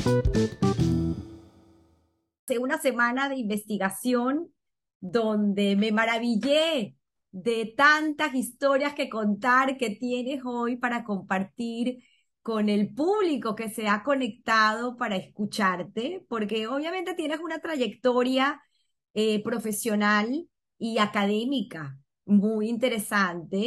Hace una semana de investigación donde me maravillé de tantas historias que contar que tienes hoy para compartir con el público que se ha conectado para escucharte, porque obviamente tienes una trayectoria profesional y académica muy interesante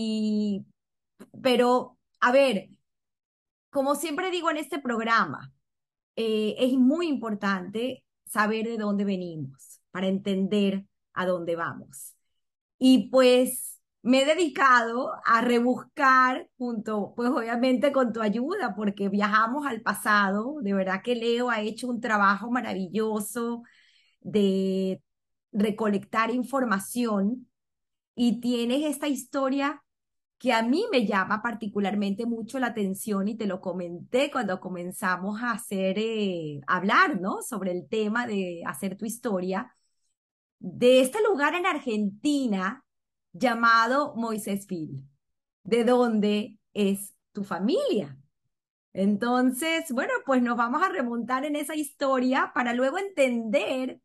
pero a ver, como siempre digo en este programa, es muy importante saber de dónde venimos para entender a dónde vamos. Y pues me he dedicado a rebuscar junto, pues obviamente con tu ayuda, porque viajamos al pasado. De verdad que Leo ha hecho un trabajo maravilloso de recolectar información y tienes esta historia que a mí me llama particularmente mucho la atención y te lo comenté cuando comenzamos a hablar, ¿no? Sobre el tema de hacer tu historia, de este lugar en Argentina llamado Moisésville, de donde es tu familia. Entonces, bueno, pues nos vamos a remontar en esa historia para luego entender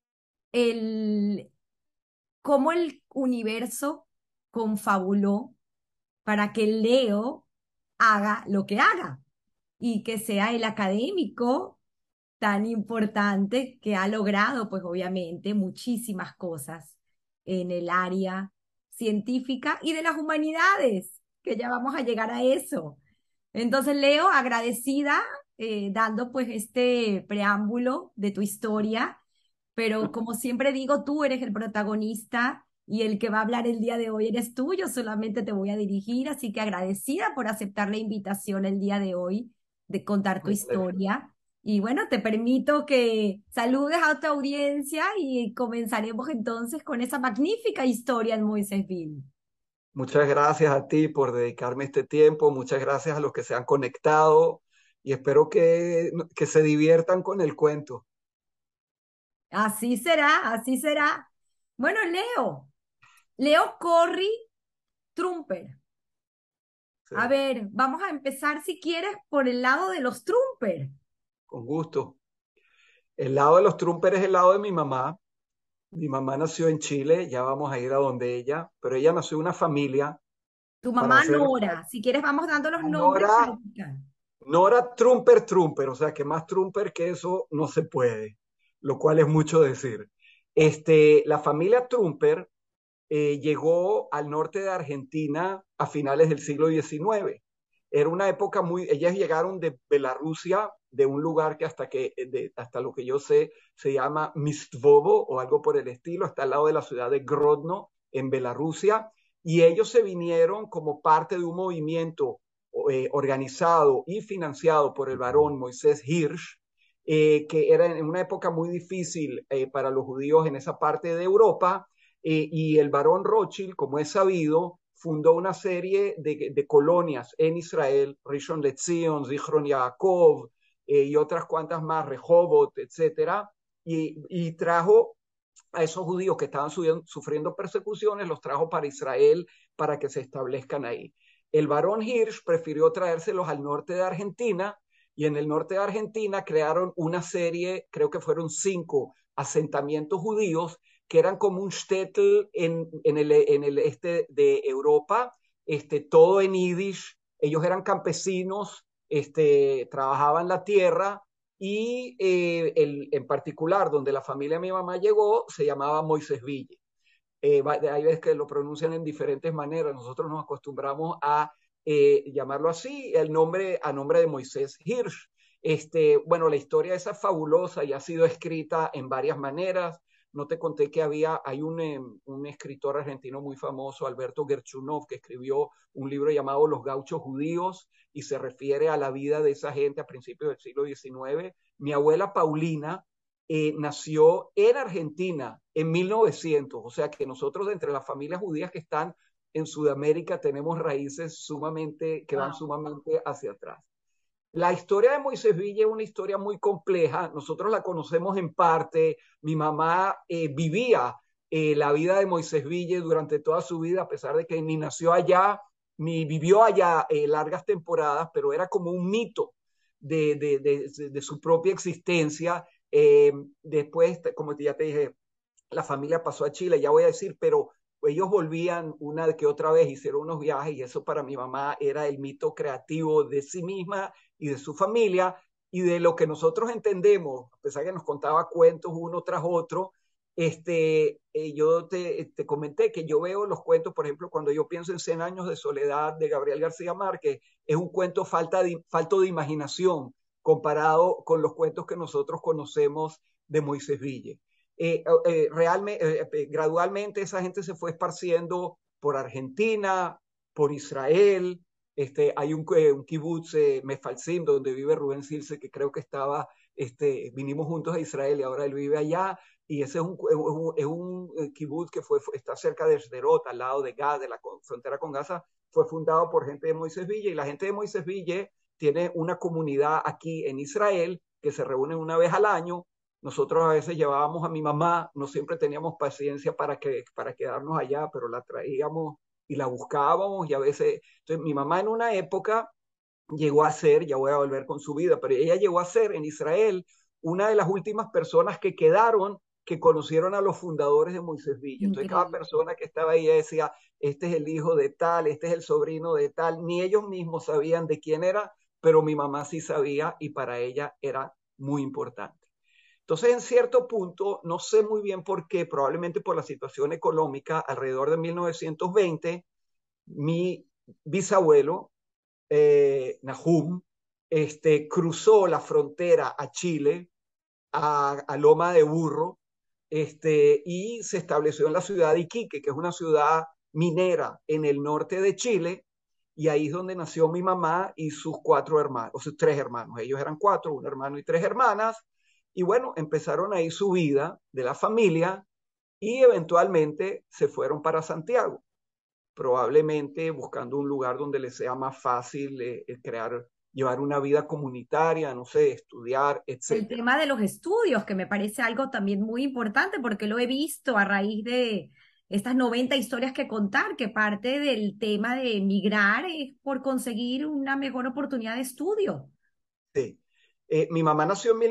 el, cómo el universo confabuló para que Leo haga lo que haga y que sea el académico tan importante que ha logrado, pues obviamente, muchísimas cosas en el área científica y de las humanidades, que ya vamos a llegar a eso. Entonces, Leo, agradecida, dando pues este preámbulo de tu historia, pero como siempre digo, tú eres el protagonista y el que va a hablar el día de hoy eres tú, yo solamente te voy a dirigir, así que agradecida por aceptar la invitación el día de hoy de contar tu Mi pleasure. historia. Y bueno, te permito que saludes a tu audiencia y comenzaremos entonces con esa magnífica historia en Moisésville. Muchas gracias a ti por dedicarme este tiempo, muchas gracias a los que se han conectado y espero que se diviertan con el cuento. Así será, así será. Bueno, Leo Corry Trumper. Sí, A ver, vamos a empezar si quieres por el lado de los Trumper. con gusto. El lado de los Trumper es el lado de mi mamá. Mi mamá nació en Chile, ya vamos a ir a donde ella, pero ella nació en una familia, Tu para mamá hacer Nora. Si quieres, vamos dando los nombres Nora, para ubicar. Nora Trumper Trumper, o sea que más Trumper que eso no se puede, lo cual es mucho decir. La familia Trumper llegó al norte de Argentina a finales del siglo XIX. Era una época ellas llegaron de Bielorrusia, de un lugar hasta lo que yo sé, se llama Mistvovo o algo por el estilo, está al lado de la ciudad de Grodno, en Bielorrusia, y ellos se vinieron como parte de un movimiento organizado y financiado por el barón Moisés Hirsch, que era en una época muy difícil para los judíos en esa parte de Europa, y el barón Rothschild, como es sabido, fundó una serie de colonias en Israel, Rishon LeZion, Zichron Yaakov, y otras cuantas más, Rehovot, etcétera, y trajo a esos judíos que estaban sufriendo persecuciones, los trajo para Israel para que se establezcan ahí. El barón Hirsch prefirió traérselos al norte de Argentina y en el norte de Argentina crearon una serie, creo que fueron 5 asentamientos judíos que eran como un shtetl en el este de Europa, todo en yiddish. Ellos eran campesinos, trabajaban la tierra y en particular donde la familia de mi mamá llegó se llamaba Moisésville. Hay veces que lo pronuncian en diferentes maneras, nosotros nos acostumbramos a llamarlo así, a nombre de Moisés Hirsch. Bueno, la historia esa es fabulosa y ha sido escrita en varias maneras. No te conté que hay un escritor argentino muy famoso, Alberto Gerchunov, que escribió un libro llamado Los Gauchos Judíos y se refiere a la vida de esa gente a principios del siglo XIX. Mi abuela Paulina nació en Argentina en 1900, o sea que nosotros entre las familias judías que están en Sudamérica tenemos raíces que van Wow. sumamente hacia atrás. La historia de Moisés Villa es una historia muy compleja, nosotros la conocemos en parte, mi mamá vivía la vida de Moisés Villa durante toda su vida, a pesar de que ni nació allá, ni vivió allá largas temporadas, pero era como un mito de su propia existencia. Después, como ya te dije, la familia pasó a Chile, ya voy a decir, pero ellos volvían una que otra vez, hicieron unos viajes y eso para mi mamá era el mito creativo de sí misma y de su familia y de lo que nosotros entendemos, a pesar que nos contaba cuentos uno tras otro. Yo te comenté que yo veo los cuentos, por ejemplo, cuando yo pienso en 100 años de soledad de Gabriel García Márquez, es un cuento falto de imaginación comparado con los cuentos que nosotros conocemos de Moisés Ville. Gradualmente esa gente se fue esparciendo por Argentina, por Israel. Hay un kibutz, Mefalsim, donde vive Rubén Silce, que creo que vinimos juntos a Israel y ahora él vive allá. Y ese es un kibutz que está cerca de Sderot, al lado de Gaza, de la frontera con Gaza. Fue fundado por gente de Moisés Ville y la gente de Moisés Ville tiene una comunidad aquí en Israel que se reúne una vez al año. Nosotros a veces llevábamos a mi mamá, no siempre teníamos paciencia para quedarnos allá, pero la traíamos y la buscábamos y a veces, entonces mi mamá en una época llegó a ser, ya voy a volver con su vida, pero ella llegó a ser en Israel una de las últimas personas que quedaron que conocieron a los fundadores de Moisés Villa. Entonces cada Increíble. persona que estaba ahí decía, este es el hijo de tal, este es el sobrino de tal, ni ellos mismos sabían de quién era, pero mi mamá sí sabía y para ella era muy importante. Entonces, en cierto punto, no sé muy bien por qué, probablemente por la situación económica, alrededor de 1920, mi bisabuelo, Nahum, cruzó la frontera a Chile, a Loma de Burro, y se estableció en la ciudad de Iquique, que es una ciudad minera en el norte de Chile, y ahí es donde nació mi mamá y sus cuatro hermanos, o sus tres hermanos. Ellos eran cuatro, un hermano y tres hermanas, y bueno, empezaron ahí su vida de la familia y eventualmente se fueron para Santiago, probablemente buscando un lugar donde les sea más fácil llevar una vida comunitaria, no sé, estudiar, El etcétera. tema de los estudios, que me parece algo también muy importante porque lo he visto a raíz de estas 90 historias que contar, que parte del tema de emigrar es por conseguir una mejor oportunidad de estudio. Sí. Mi mamá nació en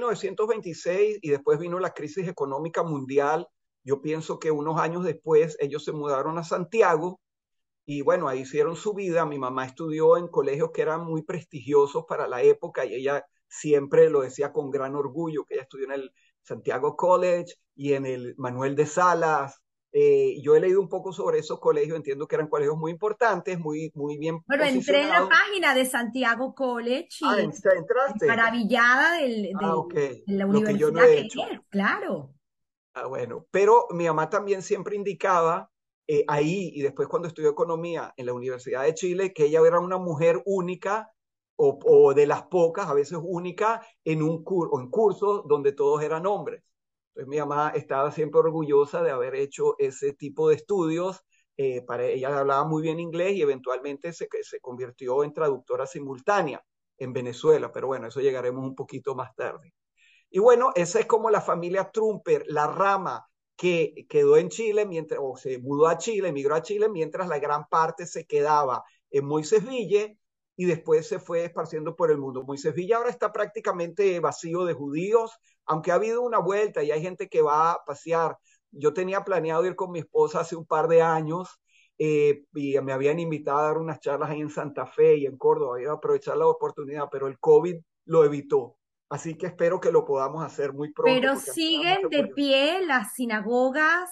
1926 y después vino la crisis económica mundial. Yo pienso que unos años después ellos se mudaron a Santiago y bueno, ahí hicieron su vida. Mi mamá estudió en colegios que eran muy prestigiosos para la época y ella siempre lo decía con gran orgullo, que ella estudió en el Santiago College y en el Manuel de Salas. Yo he leído un poco sobre esos colegios, entiendo que eran colegios muy importantes, muy bien Bueno, entré en la posicionados. página de Santiago College Ah, y ¿entraste? maravillada Ah, ok. de la Lo que yo no universidad he que hecho. es, claro. Ah, bueno. Pero mi mamá también siempre indicaba ahí y después cuando estudió economía en la Universidad de Chile que ella era una mujer única o de las pocas, a veces única, o en cursos donde todos eran hombres. Entonces mi mamá estaba siempre orgullosa de haber hecho ese tipo de estudios. Ella hablaba muy bien inglés y eventualmente se convirtió en traductora simultánea en Venezuela, pero bueno, eso llegaremos un poquito más tarde. Y bueno, esa es como la familia Trumper, la rama que quedó en Chile mientras, o se mudó a Chile, emigró a Chile, mientras la gran parte se quedaba en Moisés Ville y después se fue esparciendo por el mundo. Moisés Ville ahora está prácticamente vacío de judíos, aunque ha habido una vuelta y hay gente que va a pasear. Yo tenía planeado ir con mi esposa hace un par de años y me habían invitado a dar unas charlas ahí en Santa Fe y en Córdoba. Iba a aprovechar la oportunidad, pero el COVID lo evitó. Así que espero que lo podamos hacer muy pronto Pero porque me da siguen mucha de curiosidad. pie las sinagogas,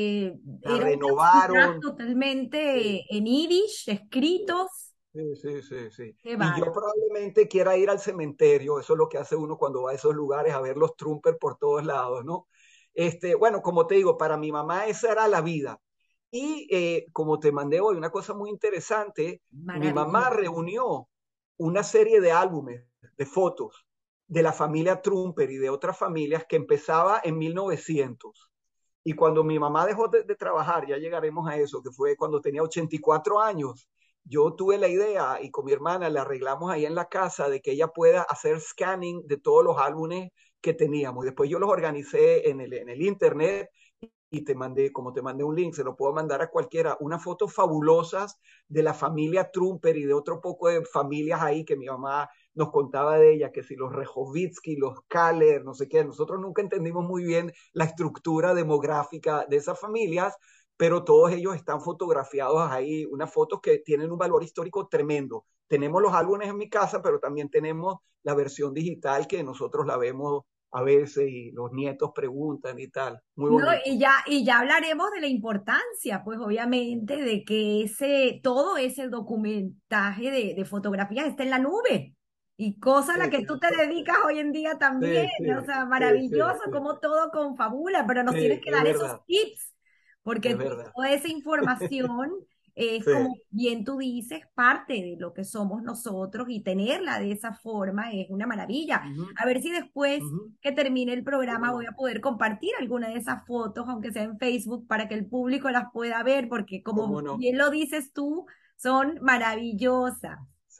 La eran una ciudad renovaron. Sí, totalmente en yiddish, sí, escritos. sí. Qué Y yo bárbaro. probablemente quiera ir al cementerio, eso es lo que hace uno cuando va a esos lugares a ver los Trumpers por todos lados, ¿no? Bueno, como te digo, para mi mamá esa era la vida. Y como te mandé hoy, una cosa muy interesante, mi mamá Maravilloso. reunió una serie de álbumes, de fotos de la familia Trumper y de otras familias que empezaba en 1900. Y cuando mi mamá dejó de trabajar, ya llegaremos a eso, que fue cuando tenía 84 años, yo tuve la idea y con mi hermana le arreglamos ahí en la casa de que ella pueda hacer scanning de todos los álbumes que teníamos. Y después yo los organicé en el internet y como te mandé un link, se lo puedo mandar a cualquiera, unas fotos fabulosas de la familia Trumper y de otro poco de familias ahí que mi mamá nos contaba de ella, que si los Rejovitzky, los Kaller, no sé qué, nosotros nunca entendimos muy bien la estructura demográfica de esas familias, pero todos ellos están fotografiados ahí, unas fotos que tienen un valor histórico tremendo. Tenemos los álbumes en mi casa, pero también tenemos la versión digital que nosotros la vemos a veces y los nietos preguntan y tal. Muy No, bonito. y ya hablaremos de la importancia, pues obviamente, de que todo ese documentaje de fotografías está en la nube. Y cosa a la Sí, que tú te dedicas hoy en día también, sí, o sea, sí, sí, maravilloso, sí, como todo confabula, pero nos tienes sí, que es dar esos verdad, tips, es porque verdad. toda esa información es Sí. como bien tú dices, parte de lo que somos nosotros y tenerla de esa forma es una maravilla. Ujú, A ver si después ujú. que termine el programa voy ¿Cómo a poder compartir alguna de esesas fotos, aunque sea en Facebook, para que el público las pueda ver, porque como no? bien lo dices tú, son maravillosas. Sí.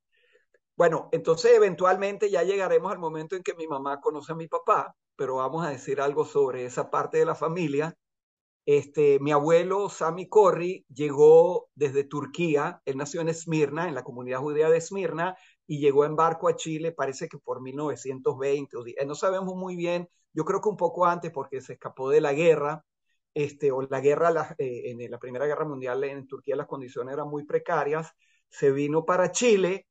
Bueno, entonces eventualmente ya llegaremos al momento en que mi mamá conoce a mi papá, pero vamos a decir algo sobre esa parte de la familia. Mi abuelo Sami Corri llegó desde Turquía, él nació en Esmirna, en la comunidad judía de Esmirna, y llegó en barco a Chile, parece que por 1920, no sabemos muy bien, yo creo que un poco antes porque se escapó de la guerra, o la guerra, en la Primera Guerra Mundial en Turquía las condiciones eran muy precarias, se vino para Chile,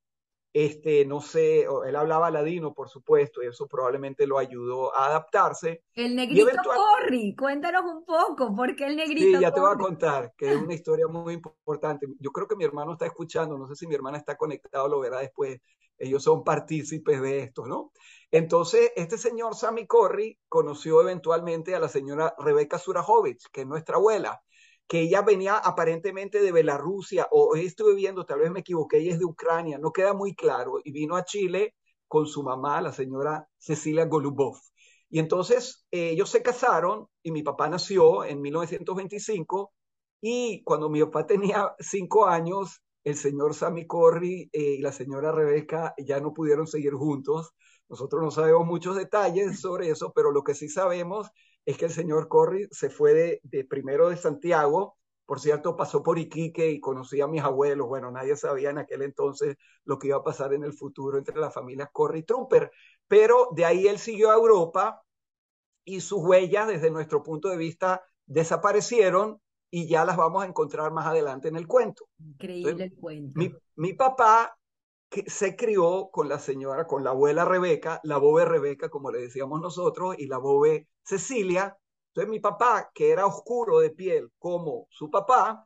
no sé, él hablaba ladino, por supuesto, y eso probablemente lo ayudó a adaptarse, El y negrito eventualmente. Corri, cuéntanos un poco, ¿por qué el Sí, negrito ya te voy a Corri? contar, que es una historia muy importante. Yo creo que mi hermano está escuchando, no sé si mi hermana está conectada, lo verá después. Ellos son partícipes de esto, ¿no? Entonces, este señor Sammy Corry conoció eventualmente a la señora Rebeca Surajovic, que es nuestra abuela, que ella venía aparentemente de Bielorrusia, o estuve viendo, tal vez me equivoqué, ella es de Ucrania, no queda muy claro, y vino a Chile con su mamá, la señora Cecilia Golubov. Y entonces ellos se casaron y mi papá nació en 1925 y cuando mi papá tenía 5 años, el señor Sammy Corry y la señora Rebeca ya no pudieron seguir juntos. Nosotros no sabemos muchos detalles sobre eso, pero lo que sí sabemos es que el señor Corry se fue primero de Santiago, por cierto, pasó por Iquique y conocí a mis abuelos. Bueno, nadie sabía en aquel entonces lo que iba a pasar en el futuro entre las familias Corry y Trumper, pero de ahí él siguió a Europa y sus huellas desde nuestro punto de vista desaparecieron y ya las vamos a encontrar más adelante en el cuento. Increíble Entonces, el cuento. mi papá que se crió con la señora, con la abuela Rebeca, la bobe Rebeca, como le decíamos nosotros, y la bobe Cecilia. Entonces mi papá, que era oscuro de piel como su papá,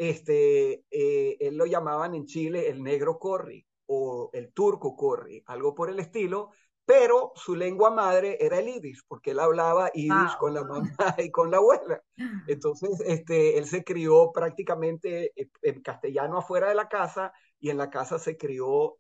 él lo llamaban en Chile el negro Corri o el turco Corri, algo por el estilo, pero su lengua madre era el yiddish, porque él hablaba yiddish con Wow. la mamá y con la abuela. Entonces, él se crió prácticamente en castellano afuera de la casa y en la casa se crió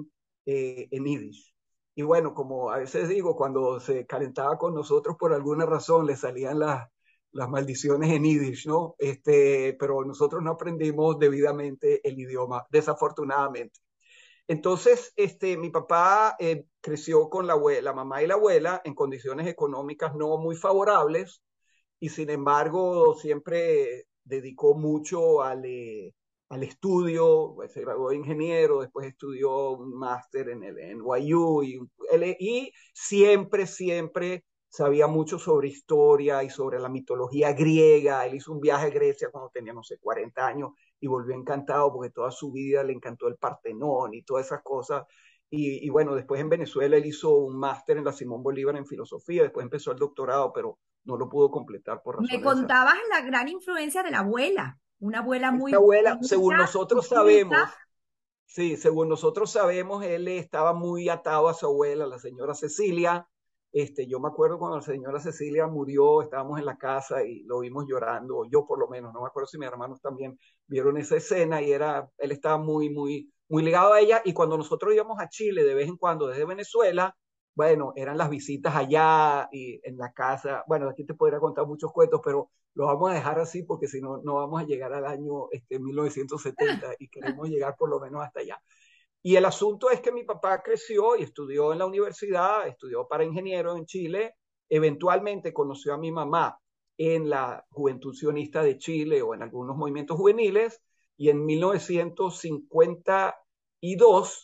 en yiddish. Y bueno, como a veces digo, cuando se calentaba con nosotros por alguna razón, le salían las maldiciones en yiddish, ¿no? Pero nosotros no aprendimos debidamente el idioma, desafortunadamente. Entonces, mi papá creció con la mamá y la abuela en condiciones económicas no muy favorables y sin embargo siempre dedicó mucho al estudio, pues, se graduó de ingeniero, después estudió un máster en el NYU y siempre sabía mucho sobre historia y sobre la mitología griega. Él hizo un viaje a Grecia cuando tenía, no sé, 40 años y volvió encantado porque toda su vida le encantó el Partenón y todas esas cosas. Y bueno, después en Venezuela él hizo un máster en la Simón Bolívar en filosofía, después empezó el doctorado, pero no lo pudo completar por Me razones de salud. contabas la gran influencia de la abuela, una abuela Esta muy abuela, culta según y nosotros culta. sabemos, sí, según nosotros sabemos, él estaba muy atado a su abuela, la señora Cecilia. Yo me acuerdo cuando la señora Cecilia murió, estábamos en la casa y lo vimos llorando, yo por lo menos, no me acuerdo si mis hermanos también vieron esa escena y él estaba muy ligado a ella y cuando nosotros íbamos a Chile de vez en cuando desde Venezuela, bueno, eran las visitas allá y en la casa, bueno, aquí te podría contar muchos cuentos, pero lo vamos a dejar así porque si no, no vamos a llegar al año 1970 y queremos llegar por lo menos hasta allá. Y el asunto es que mi papá creció y estudió en la universidad, estudió para ingeniero en Chile, eventualmente conoció a mi mamá en la Juventud Sionista de Chile o en algunos movimientos juveniles y en 1952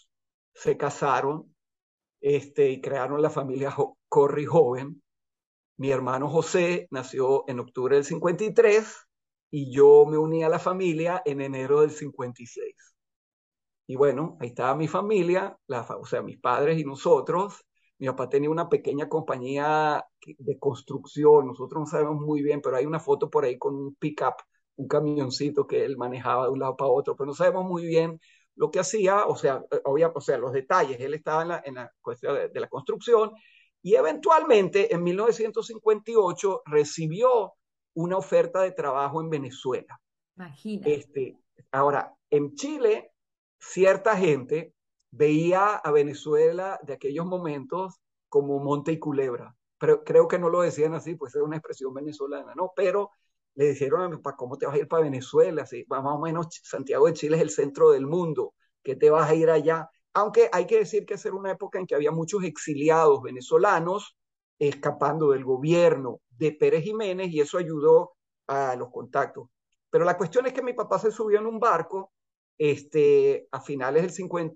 se casaron, y crearon la familia Corry Joven. Mi hermano José nació en octubre del 53 y yo me uní a la familia en enero del 56. Y bueno, ahí estaba mi familia, o sea, mis padres y nosotros. Mi papá tenía una pequeña compañía de construcción, nosotros no sabemos muy bien, pero hay una foto por ahí con un pickup, un camioncito que él manejaba de un lado para otro, pero no sabemos muy bien lo que hacía, o sea, o sea, los detalles. Él estaba en la cuestión de la construcción y eventualmente en 1958 recibió una oferta de trabajo en Venezuela. Imagina. Este, Ahora, en Chile, cierta gente veía a Venezuela de aquellos momentos como monte y culebra. Pero creo que no lo decían así, pues es una expresión venezolana, ¿no? Pero le dijeron a mi papá, ¿cómo te vas a ir para Venezuela? Sí, más o menos Santiago de Chile es el centro del mundo, ¿qué te vas a ir allá? Aunque hay que decir que esa era una época en que había muchos exiliados venezolanos escapando del gobierno de Pérez Jiménez y eso ayudó a los contactos. Pero la cuestión es que mi papá se subió en un barco a finales del 50,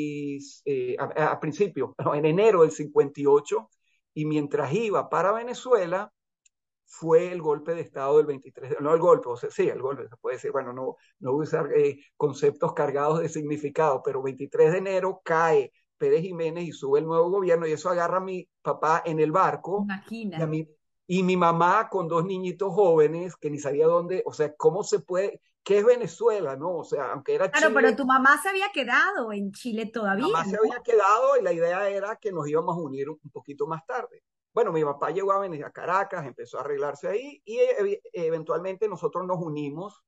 a principios, no, en enero del 58, y mientras iba para Venezuela, fue el golpe de Estado del 23, no el golpe, o sea, sí, el golpe, se puede decir, bueno, no voy a usar conceptos cargados de significado, pero 23 de enero cae Pérez Jiménez y sube el nuevo gobierno y eso agarra a mi papá en el barco y a Imagina. mí y mi mamá con dos niñitos jóvenes que ni sabía dónde, o sea, cómo se puede, qué es Venezuela, ¿no? O sea, aunque era Claro, pero Chile, tu mamá se había quedado en Chile mi todavía, mamá se ¿no? había quedado y la idea era que nos íbamos a unir un poquito más tarde. Bueno, mi papá llegó a venir a Caracas, empezó a arreglarse ahí y eventualmente nosotros nos unimos.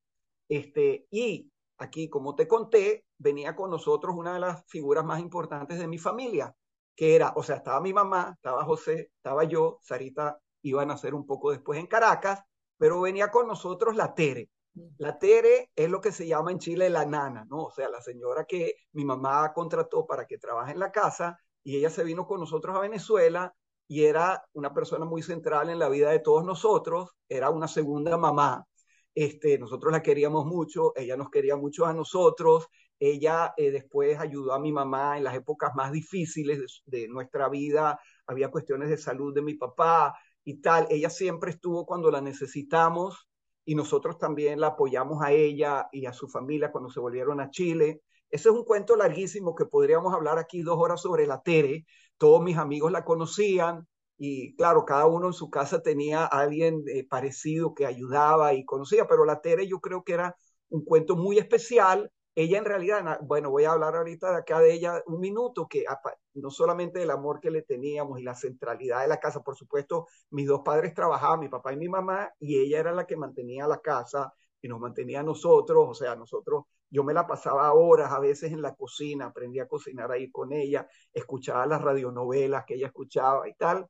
Y aquí, como te conté, venía con nosotros una de las figuras más importantes de mi familia, que era, o sea, estaba mi mamá, estaba José, estaba yo, Sarita iba a nacer un poco después en Caracas, pero venía con nosotros la Tere. La Tere es lo que se llama en Chile la nana, ¿no? O sea, la señora que mi mamá contrató para que trabaje en la casa y ella se vino con nosotros a Venezuela y era una persona muy central en la vida de todos nosotros, era una segunda mamá. Nosotros la queríamos mucho, ella nos quería mucho a nosotros, ella después ayudó a mi mamá en las épocas más difíciles de nuestra vida, había cuestiones de salud de mi papá y tal, ella siempre estuvo cuando la necesitamos y nosotros también la apoyamos a ella y a su familia cuando se volvieron a Chile. Ese es un cuento larguísimo que podríamos hablar aquí 2 horas sobre la Tere. Todos mis amigos la conocían y claro, cada uno en su casa tenía a alguien parecido que ayudaba y conocía, pero la Tere yo creo que era un cuento muy especial. Ella en realidad, bueno, voy a hablar ahorita de acá de ella un minuto, que no solamente del amor que le teníamos y la centralidad de la casa, por supuesto, mis dos padres trabajaban, mi papá y mi mamá, y ella era la que mantenía la casa y nos mantenía a nosotros, o sea, nosotros, yo me la pasaba horas a veces en la cocina, aprendí a cocinar ahí con ella, escuchaba las radionovelas que ella escuchaba y tal.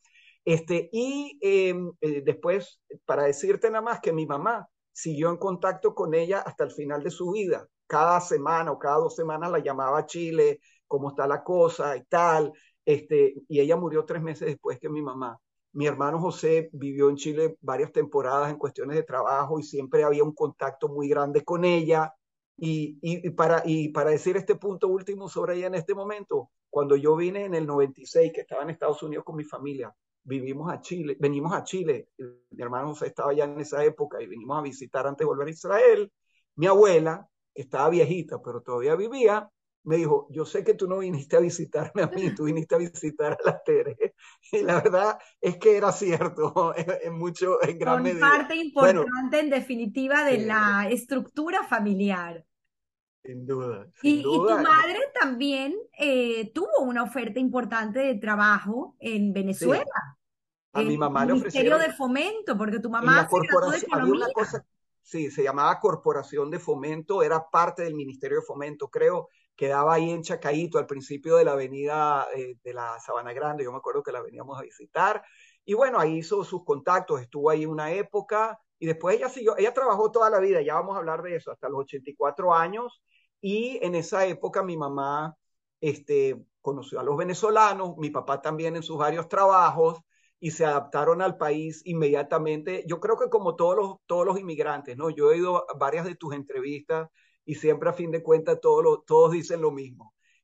Después, para decirte nada más que mi mamá siguió en contacto con ella hasta el final de su vida. Cada semana o cada 2 semanas la llamaba a Chile, cómo está la cosa y tal. Y ella murió 3 meses después que mi mamá. Mi hermano José vivió en Chile varias temporadas en cuestiones de trabajo y siempre había un contacto muy grande con ella. Y para decir este punto último sobre ella en este momento, cuando yo vine en el 96, que estaba en Estados Unidos con mi familia, venimos a Chile, mi hermano José estaba ya en esa época y venimos a visitar antes de volver a Israel, mi abuela, que estaba viejita, pero todavía vivía, me dijo, yo sé que tú no viniste a visitarme a mí, tú viniste a visitar a la Tere. Y la verdad es que era cierto, en gran Son medida. parte Bueno, importante, en definitiva, de sí, la estructura familiar. sin duda, sin Y tu duda. madre también tuvo una oferta importante de trabajo en Venezuela, Sí, a en mi el mamá le Ministerio ofrecieron de Fomento, porque tu en mamá la se graduó de corporación, había una Economía. cosa, sí, se llamaba Corporación de Fomento, era parte del Ministerio de Fomento, creo, quedaba ahí en Chacaíto, al principio de la avenida de la Sabana Grande, yo me acuerdo que la veníamos a visitar, y bueno, ahí hizo sus contactos, estuvo ahí una época, y después ella siguió, ella trabajó toda la vida, ya vamos a hablar de eso, hasta los 84 años, y en esa época mi mamá conoció a los venezolanos, mi papá también en sus varios trabajos, y se adaptaron al país inmediatamente. Yo creo que como todos los inmigrantes, ¿no? Yo he ido a varias de tus entrevistas y siempre a fin de cuentas todos dicen lo mismo.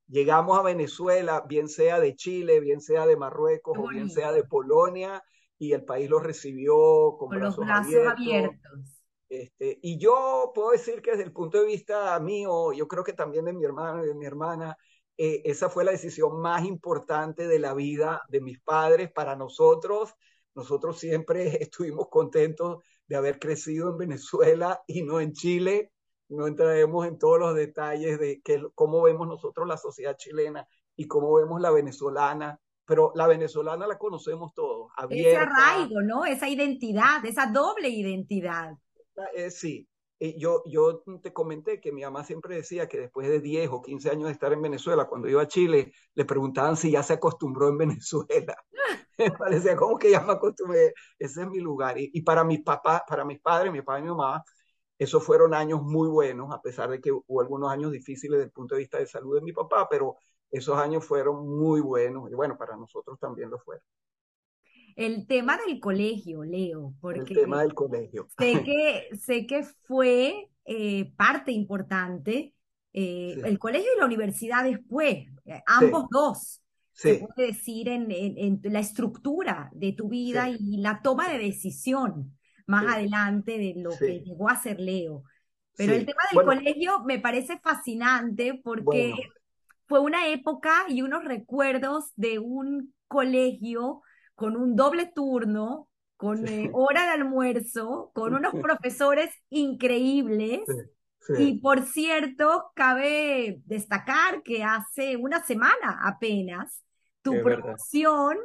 llegamos a Venezuela, bien sea de Chile, bien sea de Marruecos Qué o bien bonito, sea de Polonia, y el país los recibió con con los brazos brazos abiertos. abiertos. Y yo puedo decir que desde el punto de vista mío, yo creo que también de mi hermano y de mi hermana, esa fue la decisión más importante de la vida de mis padres para nosotros. Nosotros siempre estuvimos contentos de haber crecido en Venezuela y no en Chile. No entraremos en todos los detalles de cómo vemos nosotros la sociedad chilena y cómo vemos la venezolana, pero la venezolana la conocemos todos, Ese abierta. arraigo, ¿no? Esa identidad, esa doble identidad. Sí, yo te comenté que mi mamá siempre decía que después de 10 o 15 años de estar en Venezuela, cuando iba a Chile, le preguntaban si ya se acostumbró en Venezuela. Me parecía como que ya me acostumbré, ese es mi lugar. Y para mis papás, para mis padres, mi papá y mi mamá, esos fueron años muy buenos, a pesar de que hubo algunos años difíciles desde el punto de vista de salud de mi papá, pero esos años fueron muy buenos y bueno, para nosotros también lo fueron. El tema del colegio, Leo, El porque tema del colegio. sé que fue parte importante, Sí, el colegio y la universidad después, ambos sí, dos, se sí, puede decir en la estructura de tu sí, vida y la toma de decisión más sí, adelante de lo que sí, llegó a ser Leo. Pero el sí. tema del Bueno, colegio me parece fascinante porque bueno, fue una época y unos recuerdos de un colegio con un doble turno, con sí, hora de almuerzo, con unos profesores sí, increíbles. sí, Y por cierto, cabe destacar que hace una semana apenas, tu es verdad. promoción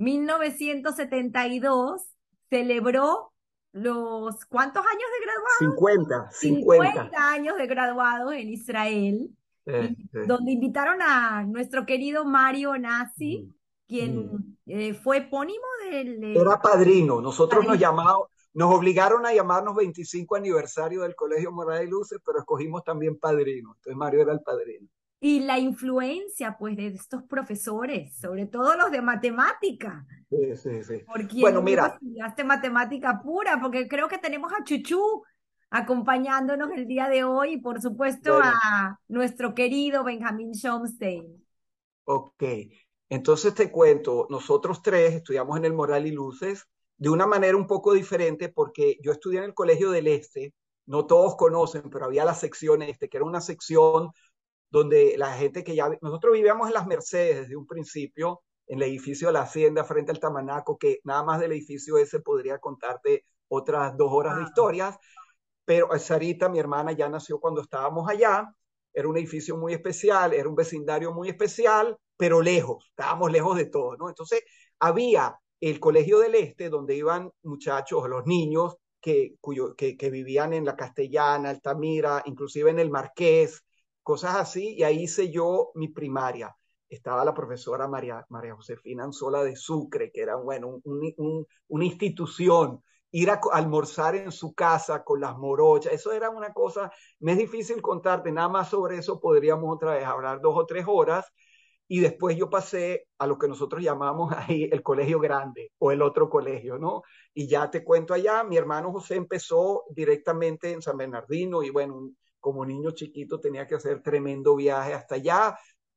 1972 celebró los ¿cuántos años de graduados? 50, 50. 50 años de graduados en Israel, y Sí. donde invitaron a nuestro querido Mario Nassi, Mm, quien mm. fue epónimo del Era padrino. Nosotros nos padrino. llamamos, nos obligaron a llamarnos 25 aniversario del Colegio Moral y Luces, pero escogimos también padrino. Entonces Mario era el padrino. Y la influencia, pues, de estos profesores, sobre todo los de matemática, Sí, sí, sí. por Bueno, quien luego mira, estudiaste matemática pura, porque creo que tenemos a Chuchú acompañándonos el día de hoy, y por supuesto bueno, a nuestro querido Benjamín Schomstein. ok. Entonces te cuento, nosotros tres estudiamos en el Moral y Luces de una manera un poco diferente porque yo estudié en el Colegio del Este, no todos conocen, pero había la sección este, que era una sección donde la gente que ya, nosotros vivíamos en las Mercedes desde un principio, en el edificio de la Hacienda frente al Tamanaco, que nada más del edificio ese podría contarte otras 2 horas de Wow. historias, pero Sarita, mi hermana, ya nació cuando estábamos allá, era un edificio muy especial, era un vecindario muy especial, pero lejos, estábamos lejos de todo, ¿no? Entonces había el Colegio del Este, donde iban muchachos, los niños que vivían en la Castellana, Altamira, inclusive en el Marqués, cosas así, y ahí hice yo mi primaria. Estaba la profesora María Josefina Anzola de Sucre, que era, bueno, una institución. Ir a almorzar en su casa con las morochas, eso era una cosa, me es difícil contarte, nada más sobre eso podríamos otra vez hablar 2 o 3 horas, y después yo pasé a lo que nosotros llamamos ahí el colegio grande o el otro colegio, ¿no? Y ya te cuento allá, mi hermano José empezó directamente en San Bernardino y bueno, como niño chiquito tenía que hacer tremendo viaje hasta allá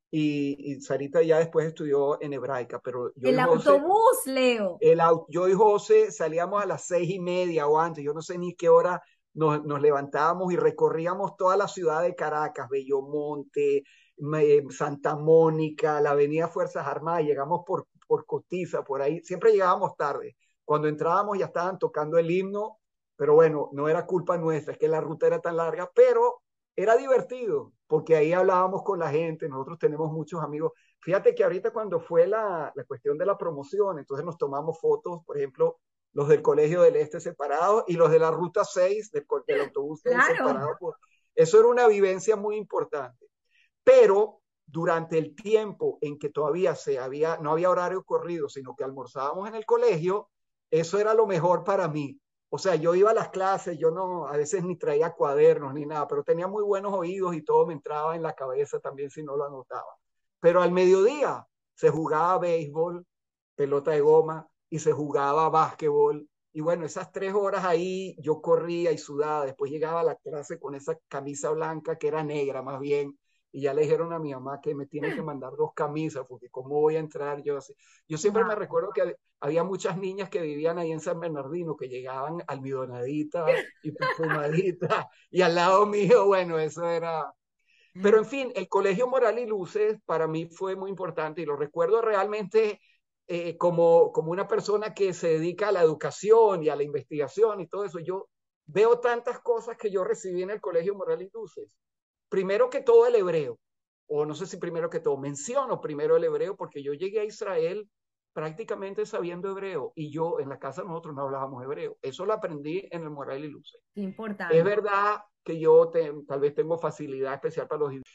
y Sarita ya después estudió en hebraica, pero yo y El José, autobús, Leo. yo y José salíamos a las 6:30 o antes, yo no sé ni qué hora nos levantábamos y recorríamos toda la ciudad de Caracas, Bellomonte, Santa Mónica, la avenida Fuerzas Armadas, llegamos por Cotiza, por ahí, siempre llegábamos tarde. Cuando entrábamos ya estaban tocando el himno, pero bueno, no era culpa nuestra, es que la ruta era tan larga, pero era divertido, porque ahí hablábamos con la gente, nosotros tenemos muchos amigos. Fíjate que ahorita cuando fue la cuestión de la promoción, entonces nos tomamos fotos, por ejemplo, los del Colegio del Este separados y los de la Ruta 6, del autobús 6 Claro. separados. Eso era una vivencia muy importante. Pero durante el tiempo en que todavía no había horario corrido, sino que almorzábamos en el colegio, eso era lo mejor para mí. O sea, yo iba a las clases, yo no, a veces ni traía cuadernos ni nada, pero tenía muy buenos oídos y todo me entraba en la cabeza también si no lo anotaba. Pero al mediodía se jugaba béisbol, pelota de goma, y se jugaba básquetbol. Y bueno, esas 3 horas ahí yo corría y sudaba. Después llegaba a la clase con esa camisa blanca que era negra más bien, y ya le dijeron a mi mamá que me tienen que mandar 2 camisas, porque cómo voy a entrar yo así. Yo siempre me Wow. recuerdo que había muchas niñas que vivían ahí en San Bernardino, que llegaban almidonaditas y perfumaditas, y al lado mío, bueno, eso era... Pero en fin, el Colegio Moral y Luces para mí fue muy importante y lo recuerdo realmente como una persona que se dedica a la educación y a la investigación y todo eso. Yo veo tantas cosas que yo recibí en el Colegio Moral y Luces. Primero que todo el hebreo, o no sé si primero que todo, menciono primero el hebreo porque yo llegué a Israel prácticamente sabiendo hebreo y yo en la casa nosotros no hablábamos hebreo. Eso lo aprendí en el Moral y Luces. Qué Es importante. verdad que yo tal vez tengo facilidad especial para los idiomas.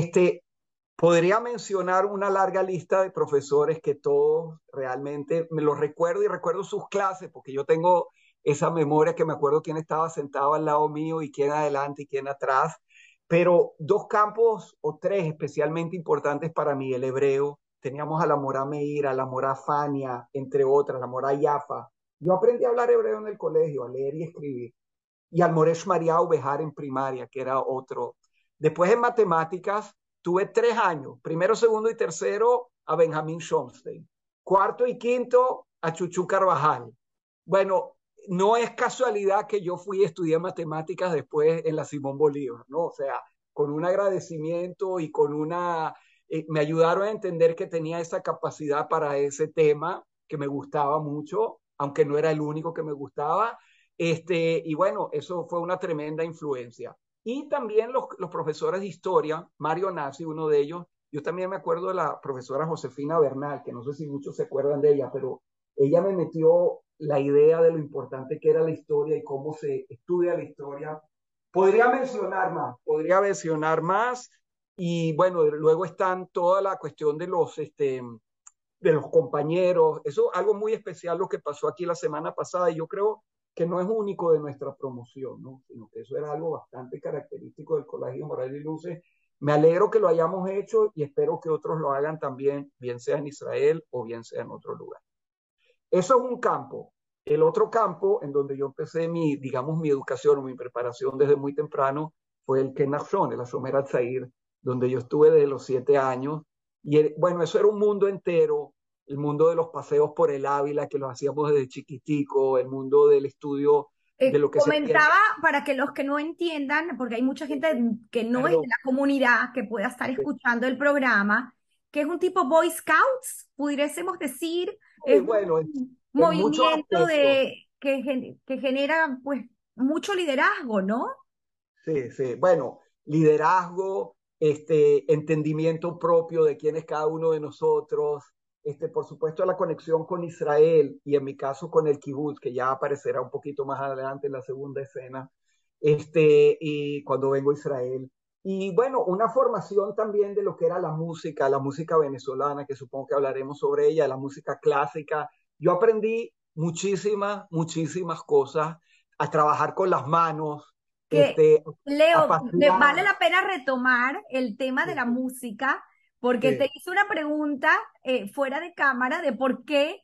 Podría mencionar una larga lista de profesores que todos realmente me los recuerdo y recuerdo sus clases, porque yo tengo esa memoria que me acuerdo quién estaba sentado al lado mío y quién adelante y quién atrás. Pero 2 campos o 3 especialmente importantes para mí, el hebreo. Teníamos a la Morá Meir, a la Morá Fania, entre otras, la Morá Yafa. Yo aprendí a hablar hebreo en el colegio, a leer y escribir y al Moresh Mariao Bejar en primaria, que era otro. Después en matemáticas tuve 3 años, primero, segundo y tercero a Benjamín Schomstein, cuarto y quinto a Chuchu Carvajal. Bueno, no es casualidad que yo fui a estudiar matemáticas después en la Simón Bolívar, ¿no? O sea, con un agradecimiento y con una... me ayudaron a entender que tenía esa capacidad para ese tema que me gustaba mucho, aunque no era el único que me gustaba, y bueno, eso fue una tremenda influencia. Y también los profesores de historia, Mario Nassi, uno de ellos, yo también me acuerdo de la profesora Josefina Bernal, que no sé si muchos se acuerdan de ella, pero ella me metió la idea de lo importante que era la historia y cómo se estudia la historia. Podría mencionar más, y bueno, luego están toda la cuestión de los compañeros. Eso es algo muy especial lo que pasó aquí la semana pasada y yo creo que no es único de nuestra promoción, ¿no? Sino que eso era algo bastante característico del Colegio Moral y Luces. Me alegro que lo hayamos hecho y espero que otros lo hagan también, bien sea en Israel o bien sea en otro lugar. Eso es un campo. El otro campo en donde yo empecé digamos, mi educación o mi preparación desde muy temprano fue el Kenachon, el Ashomer Atzair, donde yo estuve desde los 7 años. Y bueno, eso era un mundo entero, el mundo de los paseos por el Ávila, que los hacíamos desde chiquitico, el mundo del estudio de lo que se hacía. Comentaba para que los que no entiendan, porque hay mucha gente que no es de Perdón. la comunidad que pueda estar Okay. escuchando el programa, que es un tipo Boy Scouts, pudiésemos decir, es Bueno, un en muchos movimiento aspectos. que genera pues mucho liderazgo, ¿no? Sí, sí. Bueno, liderazgo, entendimiento propio de quién es cada uno de nosotros, por supuesto la conexión con Israel y en mi caso con el kibutz, que ya aparecerá un poquito más adelante en la segunda escena, y cuando vengo a Israel. Y bueno, una formación también de lo que era la música venezolana, que supongo que hablaremos sobre ella, la música clásica. Yo aprendí muchísimas, muchísimas cosas a trabajar con las manos, Que, este, a Leo, vale pasear. la pena retomar el tema de Sí, la música, porque te sí, hice una pregunta fuera de cámara de por qué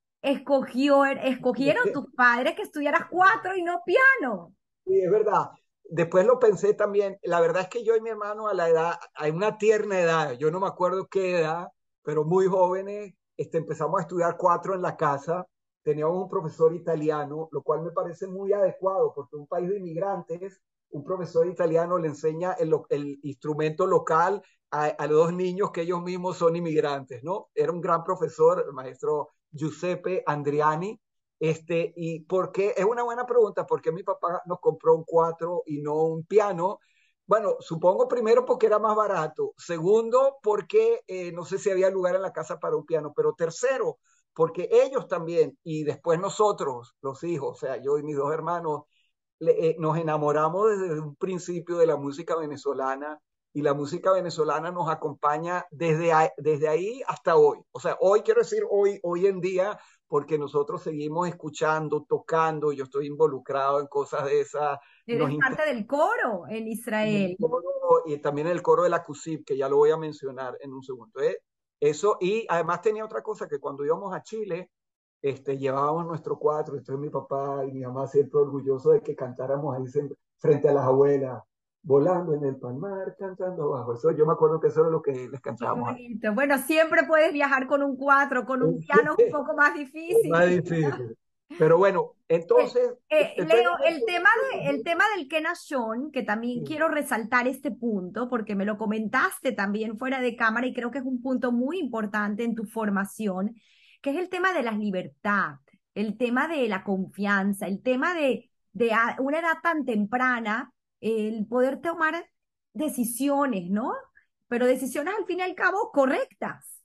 escogieron tus padres que estudiaras cuatro y no piano. sí, es verdad. Después lo pensé también. La verdad es que yo y mi hermano a una tierna edad, yo no me acuerdo qué edad, pero muy jóvenes, empezamos a estudiar cuatro en la casa. Teníamos un profesor italiano, lo cual me parece muy adecuado, porque un país de inmigrantes, un profesor italiano le enseña el instrumento local a los 2 niños que ellos mismos son inmigrantes, ¿no? Era un gran profesor, el maestro Giuseppe Andriani. ¿Y por qué? Es una buena pregunta, ¿por qué mi papá nos compró un cuatro y no un piano? Bueno, supongo primero porque era más barato. Segundo, porque no sé si había lugar en la casa para un piano. Pero tercero, porque ellos también, y después nosotros, los hijos, o sea, yo y mis 2 hermanos, nos enamoramos desde un principio de la música venezolana y la música venezolana nos acompaña desde ahí hasta hoy. O sea, hoy quiero decir hoy en día, porque nosotros seguimos escuchando, tocando, yo estoy involucrado en cosas de esas, nos Eres parte del coro en en el Israel. coro y también en el coro de la CUSIP, que ya lo voy a mencionar en un segundo. Eso, y además tenía otra cosa, que cuando íbamos a Chile, llevábamos nuestro cuatro, entonces mi papá y mi mamá siempre orgullosos de que cantáramos ahí frente a las abuelas. volando en el palmar, cantando abajo. Eso, yo me acuerdo que eso era lo que les Qué cantábamos. bonito. Bueno, siempre puedes viajar con un cuatro, con un piano es un poco más Es más difícil. difícil. Pero bueno, El- entonces, estoy Leo, en el el colegio. tema del Kenashon, que también quiero resaltar este punto, porque me lo comentaste también fuera de cámara y creo que es un punto muy importante en tu formación, que es el tema de la libertad, el tema de la confianza, el tema de a una edad tan temprana, el poder tomar decisiones, ¿no? Pero decisiones al fin y al cabo correctas.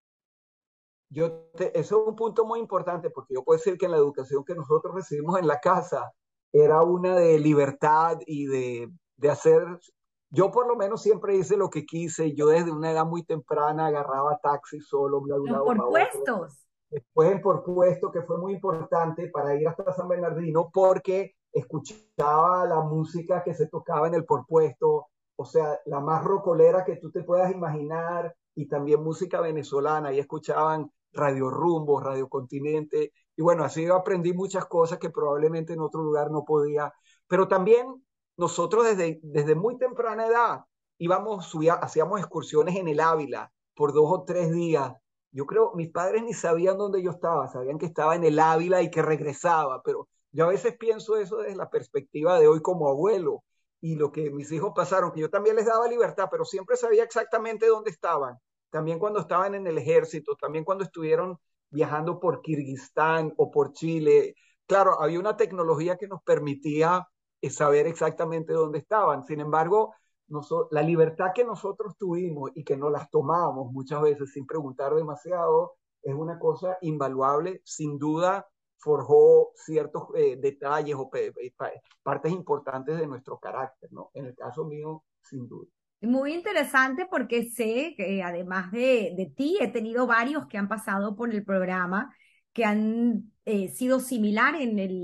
Eso es un punto muy importante porque yo puedo decir que en la educación que nosotros recibimos en la casa era una de libertad y de hacer, yo por lo menos siempre hice lo que quise, yo desde una edad muy temprana agarraba taxi solo, de un Los lado para otro, porpuestos. después en por puesto, que fue muy importante para ir hasta San Bernardino porque escuchaba la música que se tocaba en el por puesto, o sea, la más rocolera que tú te puedas imaginar y también música venezolana, y escuchaban Radio Rumbo, Radio Continente, y bueno, así yo aprendí muchas cosas que probablemente en otro lugar no podía, pero también nosotros desde muy temprana edad hacíamos excursiones en el Ávila por 2 o 3 días. Yo creo, mis padres ni sabían dónde yo estaba, sabían que estaba en el Ávila y que regresaba, pero yo a veces pienso eso desde la perspectiva de hoy como abuelo y lo que mis hijos pasaron, que yo también les daba libertad, pero siempre sabía exactamente dónde estaban. También cuando estaban en el ejército, también cuando estuvieron viajando por Kirguistán o por Chile. Claro, había una tecnología que nos permitía saber exactamente dónde estaban. Sin embargo, la libertad que nosotros tuvimos y que nos las tomamos muchas veces sin preguntar demasiado es una cosa invaluable. Sin duda, forjó ciertos detalles o partes importantes de nuestro carácter, ¿no? En el caso mío, sin duda. Muy interesante porque sé que además de ti, he tenido varios que han pasado por el programa que han sido similar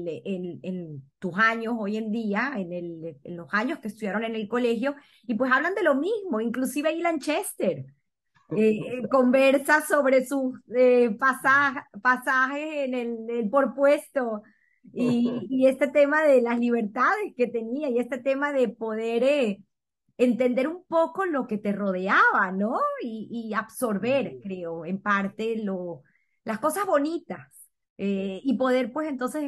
en tus años hoy en día, en los años que estudiaron en el colegio, y pues hablan de lo mismo, inclusive Ilan Chester conversa sobre sus pasajes en el por puesto y este tema de las libertades que tenía y este tema de poder entender un poco lo que te rodeaba, ¿no? Y absorber, creo, en parte las cosas bonitas y poder pues entonces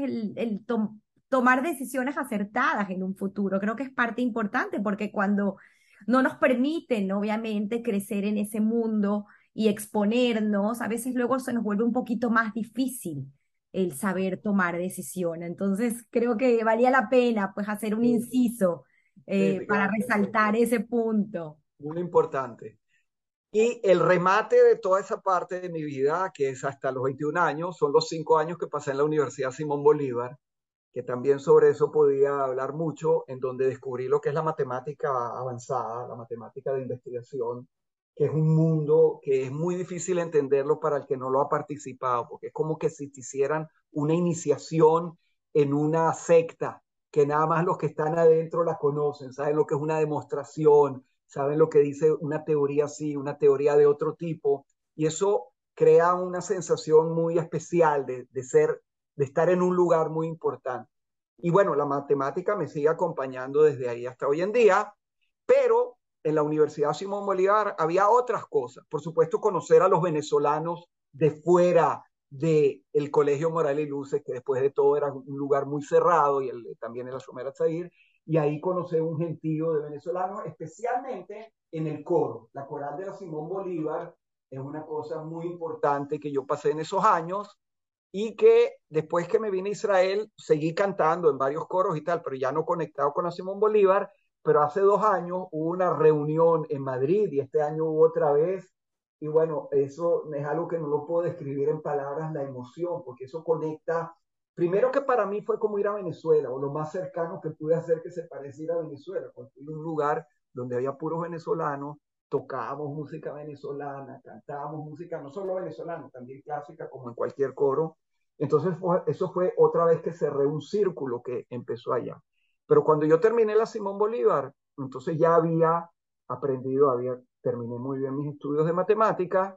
tomar decisiones acertadas en un futuro. Creo que es parte importante porque cuando no nos permiten, obviamente, crecer en ese mundo y exponernos, a veces luego se nos vuelve un poquito más difícil el saber tomar decisión. Entonces, creo que valía la pena, pues, hacer un Sí, inciso sí, para gracias. resaltar ese punto. Muy importante. Y el remate de toda esa parte de mi vida, que es hasta los 21 años, son los 5 años que pasé en la Universidad Simón Bolívar, que también sobre eso podía hablar mucho, en donde descubrí lo que es la matemática avanzada, la matemática de investigación, que es un mundo que es muy difícil entenderlo para el que no lo ha participado, porque es como que si te hicieran una iniciación en una secta, que nada más los que están adentro la conocen, saben lo que es una demostración, saben lo que dice una teoría así, una teoría de otro tipo, y eso crea una sensación muy especial de estar en un lugar muy importante. Y bueno, la matemática me sigue acompañando desde ahí hasta hoy en día, pero en la Universidad Simón Bolívar había otras cosas. Por supuesto, conocer a los venezolanos de fuera del Colegio Moral y Luces, que después de todo era un lugar muy cerrado, y también el Asomera Zahir, y ahí conocí un gentío de venezolanos, especialmente en el coro. La coral de la Simón Bolívar es una cosa muy importante que yo pasé en esos años y que después que me vine a Israel seguí cantando en varios coros y tal, pero ya no conectado con la Simón Bolívar, pero hace 2 años hubo una reunión en Madrid y este año hubo otra vez. Y bueno, eso es algo que no lo puedo describir en palabras, la emoción, porque eso conecta. Primero que para mí fue como ir a Venezuela, o lo más cercano que pude hacer que se pareciera a Venezuela, porque fui a un lugar donde había puros venezolanos, tocábamos música venezolana, cantábamos música no solo venezolana, también clásica, como en cualquier coro. Entonces, eso fue otra vez que cerré un círculo que empezó allá. Pero cuando yo terminé la Simón Bolívar, entonces ya había aprendido, terminé muy bien mis estudios de matemáticas,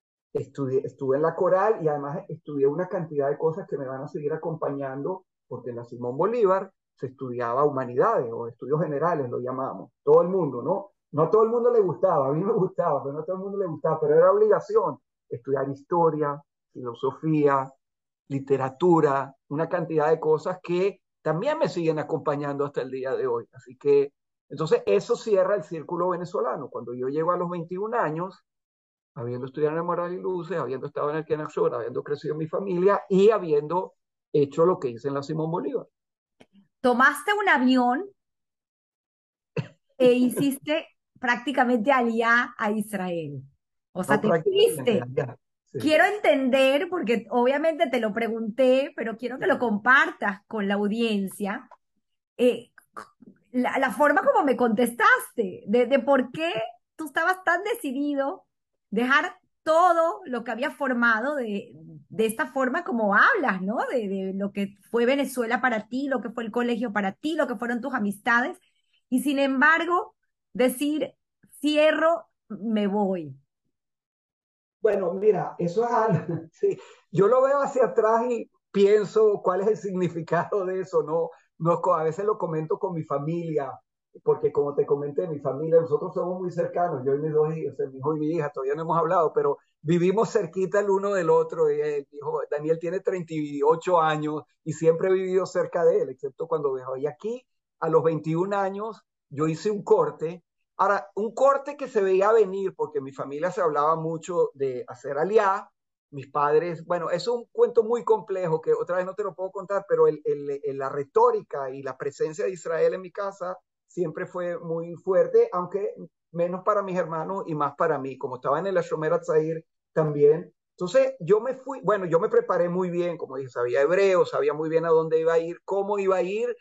estuve en la coral y además estudié una cantidad de cosas que me van a seguir acompañando, porque en la Simón Bolívar se estudiaba humanidades o estudios generales, lo llamamos. Todo el mundo, ¿no? No a todo el mundo le gustaba, a mí me gustaba, pero no a todo el mundo le gustaba, pero era obligación estudiar historia, filosofía, literatura, una cantidad de cosas que también me siguen acompañando hasta el día de hoy. Así que, entonces, eso cierra el círculo venezolano. Cuando yo llego a los 21 años, habiendo estudiado en el Moral y Luces, habiendo estado en el Kenexur, habiendo crecido en mi familia y habiendo hecho lo que hice en la Simón Bolívar. Tomaste un avión e hiciste prácticamente aliá a Israel. O sea, No te prácticamente, fuiste. allá. Sí. Quiero entender, porque obviamente te lo pregunté, pero quiero que lo compartas con la audiencia, eh, la forma como me contestaste, de por qué tú estabas tan decidido dejar todo lo que había formado de esta forma como hablas, ¿no? De lo que fue Venezuela para ti, lo que fue el colegio para ti, lo que fueron tus amistades, y sin embargo, decir, cierro, me voy. Bueno, mira, eso es algo, sí. Yo lo veo hacia atrás y pienso cuál es el significado de eso, ¿no? No, a veces lo comento con mi familia, porque como te comenté, mi familia, nosotros somos muy cercanos, yo y mis dos hijos, mi hijo y mi hija, todavía no hemos hablado, pero vivimos cerquita el uno del otro. Y el hijo, Daniel tiene 38 años y siempre he vivido cerca de él, excepto cuando viajó. Y aquí, a los 21 años, yo hice un corte. Ahora, un corte que se veía venir, porque en mi familia se hablaba mucho de hacer aliá, mis padres, bueno, es un cuento muy complejo que otra vez no te lo puedo contar, pero la retórica y la presencia de Israel en mi casa siempre fue muy fuerte, aunque menos para mis hermanos y más para mí, como estaba en el Shomer Hatzair también. Entonces yo me fui, bueno, yo me preparé muy bien, como dije, sabía hebreo, sabía muy bien a dónde iba a ir, cómo iba a ir,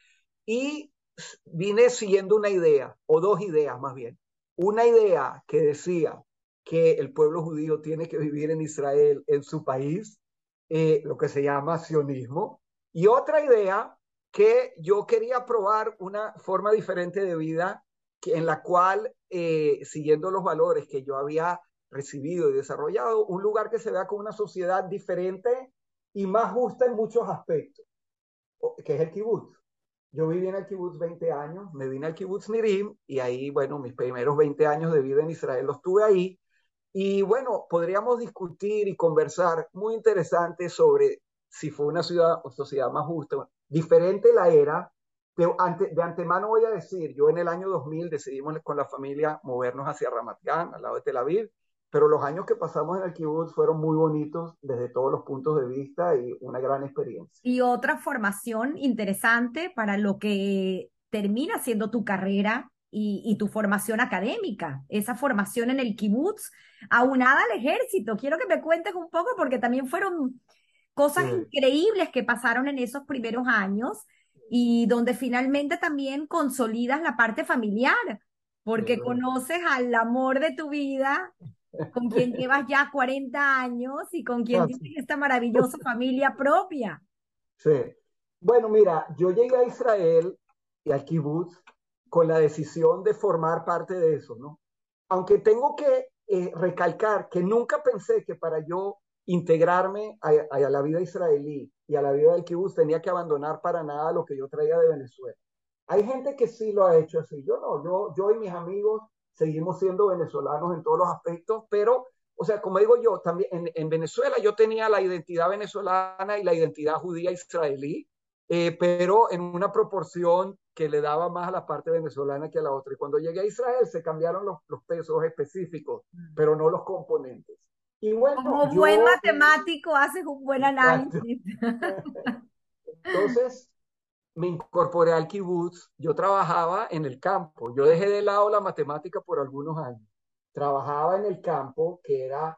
y vine siguiendo una idea, o dos ideas más bien. Una idea que decía que el pueblo judío tiene que vivir en Israel, en su país, lo que se llama sionismo, y otra idea que yo quería probar una forma diferente de vida en la cual, siguiendo los valores que yo había recibido y desarrollado, un lugar que se vea como una sociedad diferente y más justa en muchos aspectos, que es el kibutz. Yo viví en el kibutz 20 años, me vine al kibutz Nirim y ahí, bueno, mis primeros 20 años de vida en Israel los tuve ahí. Y bueno, podríamos discutir y conversar muy interesante sobre si fue una ciudad o sociedad más justa. Diferente la era. De antemano voy a decir, yo en el año 2000 decidimos con la familia movernos hacia Ramat Gan, al lado de Tel Aviv, pero los años que pasamos en el kibbutz fueron muy bonitos desde todos los puntos de vista y una gran experiencia. Y otra formación interesante para lo que termina siendo tu carrera y tu formación académica, esa formación en el kibutz, aunada al ejército. Quiero que me cuentes un poco porque también fueron Sí, cosas increíbles que pasaron en esos primeros años y donde finalmente también consolidas la parte familiar, sí, porque conoces al amor de tu vida, con quien llevas ya 40 años y con quien tienes sí. esta maravillosa familia propia. Sí. Bueno, mira, yo llegué a Israel y al kibutz con la decisión de formar parte de eso, ¿no? Aunque tengo que recalcar que nunca pensé que para yo integrarme a la vida israelí y a la vida del kibutz tenía que abandonar para nada lo que yo traía de Venezuela. Hay gente que sí lo ha hecho así. Yo no, yo y mis amigos seguimos siendo venezolanos en todos los aspectos, pero, o sea, como digo yo, también en Venezuela yo tenía la identidad venezolana y la identidad judía israelí, pero en una proporción que le daba más a la parte venezolana que a la otra. Y cuando llegué a Israel se cambiaron los pesos específicos, pero no los componentes. Y bueno, Como buen yo... matemático haces un buen Exacto. análisis. Entonces, me incorporé al kibutz, yo trabajaba en el campo, yo dejé de lado la matemática por algunos años. Trabajaba en el campo, que era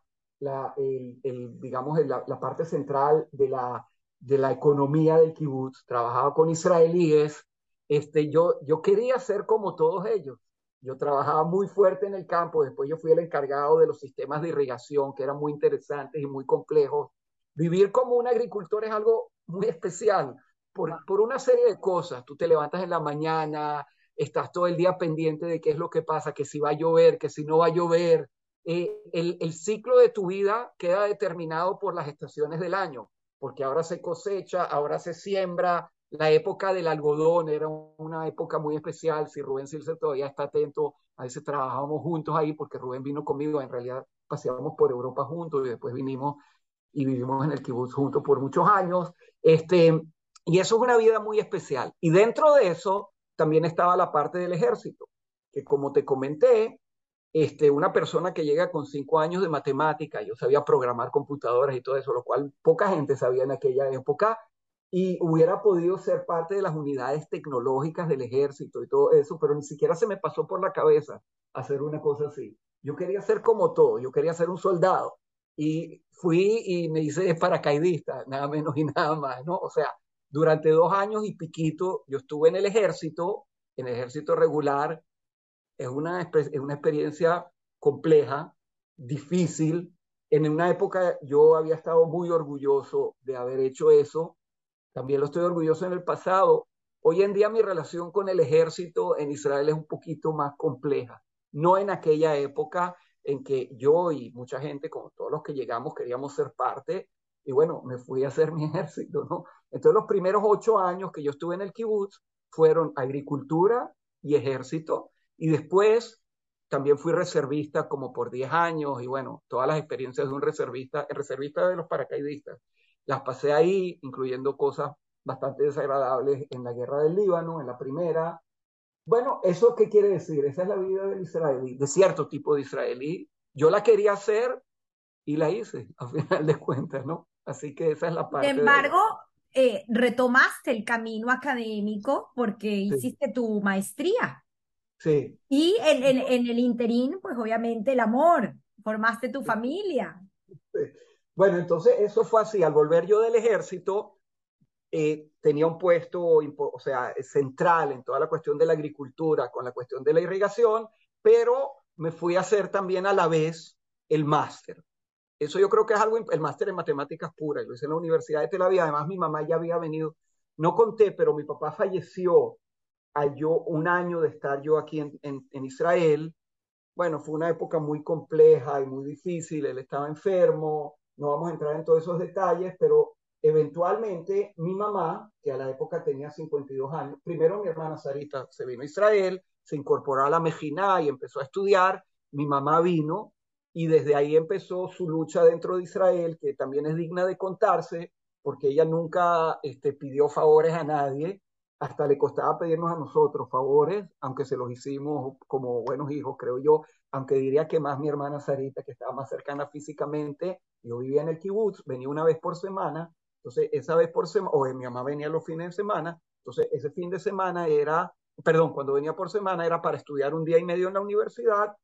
digamos, la parte central de la economía del kibutz. Trabajaba con israelíes. Yo quería ser como todos ellos. Yo trabajaba muy fuerte en el campo, después yo fui el encargado de los sistemas de irrigación, que eran muy interesantes y muy complejos. Vivir como un agricultor es algo muy especial por una serie de cosas. Tú te levantas en la mañana, estás todo el día pendiente de qué es lo que pasa, que si va a llover, que si no va a llover. El ciclo de tu vida queda determinado por las estaciones del año, porque ahora se cosecha, ahora se siembra, La época del algodón era una época muy especial. Si Rubén Silce todavía está atento, a veces trabajábamos juntos ahí porque Rubén vino conmigo. En realidad paseábamos por Europa juntos y después vinimos y vivimos en el kibutz juntos por muchos años. Y eso es una vida muy especial. Y dentro de eso también estaba la parte del ejército, que como te comenté, una persona que llega con 5 años de matemática, yo sabía programar computadoras y todo eso, lo cual poca gente sabía en aquella época, y hubiera podido ser parte de las unidades tecnológicas del ejército y todo eso, pero ni siquiera se me pasó por la cabeza hacer una cosa así. Yo quería ser como todo, yo quería ser un soldado, y fui y me hice paracaidista, nada menos y nada más, ¿no? O sea, durante 2 años y piquito yo estuve en el ejército regular. Es una experiencia compleja, difícil. En una época yo había estado muy orgulloso de haber hecho eso. También lo estoy orgulloso en el pasado. Hoy en día mi relación con el ejército en Israel es un poquito más compleja. No en aquella época en que yo y mucha gente, como todos los que llegamos, queríamos ser parte. Y bueno, me fui a hacer mi ejército, ¿no? Entonces los primeros 8 años que yo estuve en el kibutz fueron agricultura y ejército. Y después también fui reservista como por 10 años y bueno, todas las experiencias de un reservista, el reservista de los paracaidistas. Las pasé ahí, incluyendo cosas bastante desagradables en la guerra del Líbano, en la primera. Bueno, ¿eso qué quiere decir? Esa es la vida del israelí, de cierto tipo de israelí. Yo la quería hacer y la hice, a final de cuentas, ¿no? Así que esa es la Sin parte de allá. embargo, retomaste el camino académico porque Sí, hiciste tu maestría. sí. Y en el interín, pues obviamente el amor, formaste tu familia. Sí. Bueno, entonces eso fue así. Al volver yo del ejército, tenía un puesto, o sea, central en toda la cuestión de la agricultura, con la cuestión de la irrigación, pero me fui a hacer también a la vez el máster. Eso yo creo que es algo, el máster en matemáticas puras, lo hice en la Universidad de Tel Aviv. Además, mi mamá ya había venido, no conté, pero mi papá falleció a yo un año de estar yo aquí en Israel. Bueno, fue una época muy compleja y muy difícil, él estaba enfermo, no vamos a entrar en todos esos detalles, pero eventualmente mi mamá, que a la época tenía 52 años, primero mi hermana Sarita se vino a Israel, se incorporó a la Mejina y empezó a estudiar, mi mamá vino y desde ahí empezó su lucha dentro de Israel, que también es digna de contarse, porque ella nunca pidió favores a nadie, hasta le costaba pedirnos a nosotros favores, aunque se los hicimos como buenos hijos, creo yo, aunque diría que más mi hermana Sarita, que estaba más cercana físicamente. Yo vivía en el kibutz, venía una vez por semana, entonces esa vez por semana, o mi mamá venía los fines de semana, entonces ese fin de semana era, perdón, cuando venía por semana era para estudiar un día y medio en la universidad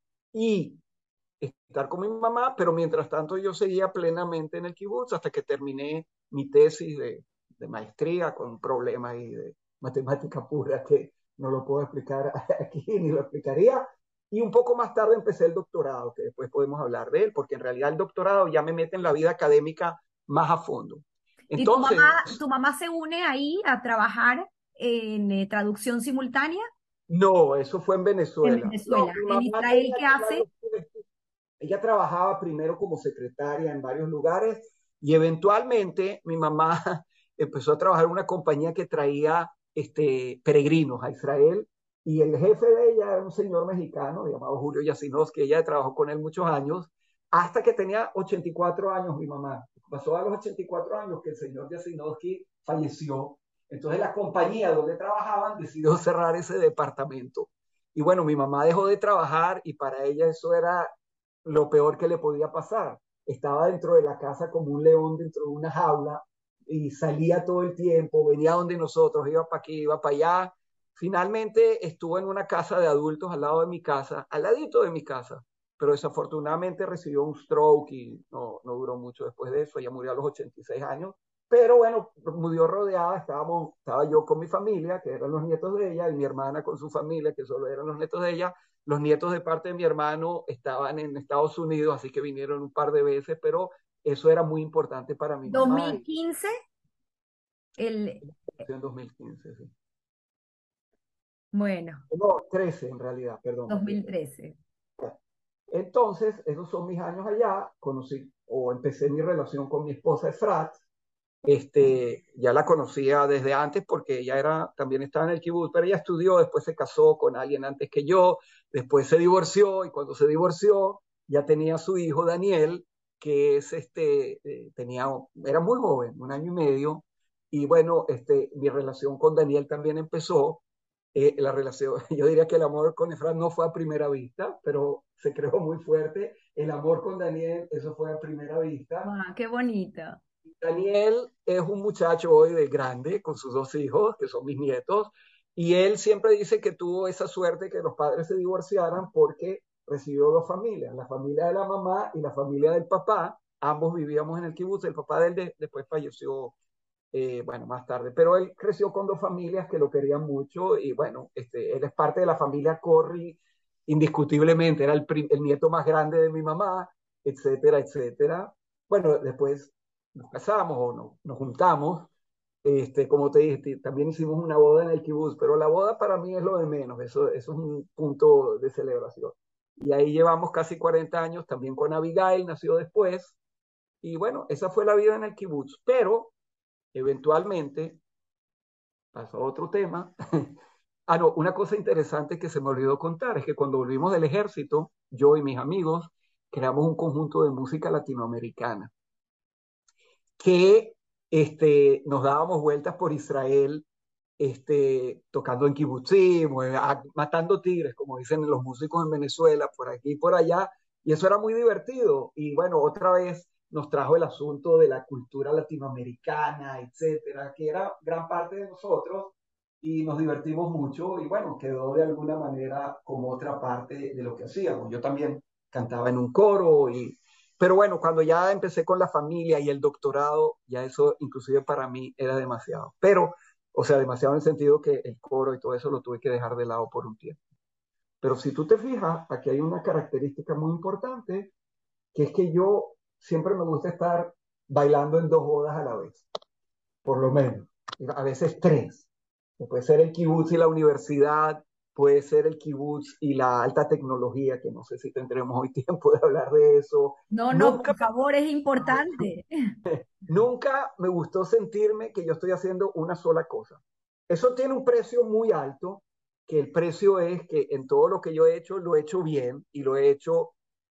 y estar con mi mamá, pero mientras tanto yo seguía plenamente en el kibutz hasta que terminé mi tesis de maestría con un problema ahí de matemática pura que no lo puedo explicar aquí ni lo explicaría. Y un poco más tarde empecé el doctorado, que después podemos hablar de él, porque en realidad el doctorado ya me mete en la vida académica más a fondo. ¿Y Entonces, tu mamá se une ahí a trabajar en traducción simultánea no, eso fue en en Venezuela. No, Venezuela? mi ¿En mamá Israel tenía qué aquí hace? varios puestos. Ella trabajaba primero como secretaria en varios lugares y eventualmente mi mamá empezó a trabajar en una compañía que traía peregrinos a Israel y el jefe de ella era un señor mexicano llamado Julio Yasinowski. Ella trabajó con él muchos años hasta que tenía 84 años mi mamá. Pasó a los 84 años que el señor Yasinowski falleció. Entonces la compañía donde trabajaban decidió cerrar ese departamento. Y bueno, mi mamá dejó de trabajar y para ella eso era lo peor que le podía pasar. Estaba dentro de la casa como un león dentro de una jaula y salía todo el tiempo, venía donde nosotros, iba para aquí, iba para allá. Finalmente estuvo en una casa de adultos al lado de mi casa, al ladito de mi casa, pero desafortunadamente recibió un stroke y no duró mucho después de eso. Ella murió a los 86 años, pero bueno, murió rodeada, estaba yo con mi familia, que eran los nietos de ella, y mi hermana con su familia, que solo eran los nietos de ella. Los nietos de parte de mi hermano estaban en Estados Unidos, así que vinieron un par de veces, pero eso era muy importante para mi mamá y 2015, el, en 2015, sí. bueno, No, 13 en realidad, perdón, me equivoqué. 2013. Entonces, esos son mis años allá, conocí o empecé mi relación con mi esposa Efrat, Ya la conocía desde antes porque ella también estaba en el kibutz, pero ella estudió, después se casó con alguien antes que yo, después se divorció y cuando se divorció ya tenía su hijo Daniel, que era muy joven, 1 año y medio, y bueno, mi relación con Daniel también empezó. La relación, yo diría que el amor con Efraín no fue a primera vista, pero se creó muy fuerte. El amor con Daniel, eso fue a primera vista. Wow, qué bonito. Daniel es un muchacho hoy de grande, con sus 2 hijos, que son mis nietos, y él siempre dice que tuvo esa suerte que los padres se divorciaran porque recibió 2 familias, la familia de la mamá y la familia del papá. Ambos vivíamos en el kibutz, el papá de él después falleció, bueno, más tarde, pero él creció con 2 familias que lo querían mucho y bueno, él es parte de la familia Corry, indiscutiblemente, era el nieto más grande de mi mamá, etcétera, etcétera. Bueno, después nos casamos o nos juntamos, como te dije, también hicimos una boda en el kibutz, pero la boda para mí es lo de menos, eso es un punto de celebración. Y ahí llevamos casi 40 años, también con Abigail, nació después, y bueno, esa fue la vida en el kibutz, pero eventualmente pasó a otro tema. Ah, no, una cosa interesante que se me olvidó contar es que cuando volvimos del ejército, yo y mis amigos creamos un conjunto de música latinoamericana que nos dábamos vueltas por Israel, tocando en kibutzim, matando tigres, como dicen los músicos en Venezuela, por aquí y por allá, y eso era muy divertido. Y bueno, otra vez nos trajo el asunto de la cultura latinoamericana, etcétera, que era gran parte de nosotros, y nos divertimos mucho, y bueno, quedó de alguna manera como otra parte de lo que hacíamos. Yo también cantaba en un coro, pero bueno, cuando ya empecé con la familia y el doctorado, ya eso inclusive para mí era demasiado. Pero o sea, demasiado en el sentido que el coro y todo eso lo tuve que dejar de lado por un tiempo. Pero si tú te fijas, aquí hay una característica muy importante, que es que yo siempre me gusta estar bailando en 2 bodas a la vez, por lo menos. A veces 3. Puede ser el kibutz y la universidad, puede ser el kibutz y la alta tecnología, que no sé si tendremos hoy tiempo de hablar de eso. No, no, Nunca por favor, es importante. Nunca me gustó sentirme que yo estoy haciendo una sola cosa. Eso tiene un precio muy alto, que el precio es que en todo lo que yo he hecho, lo he hecho bien y lo he hecho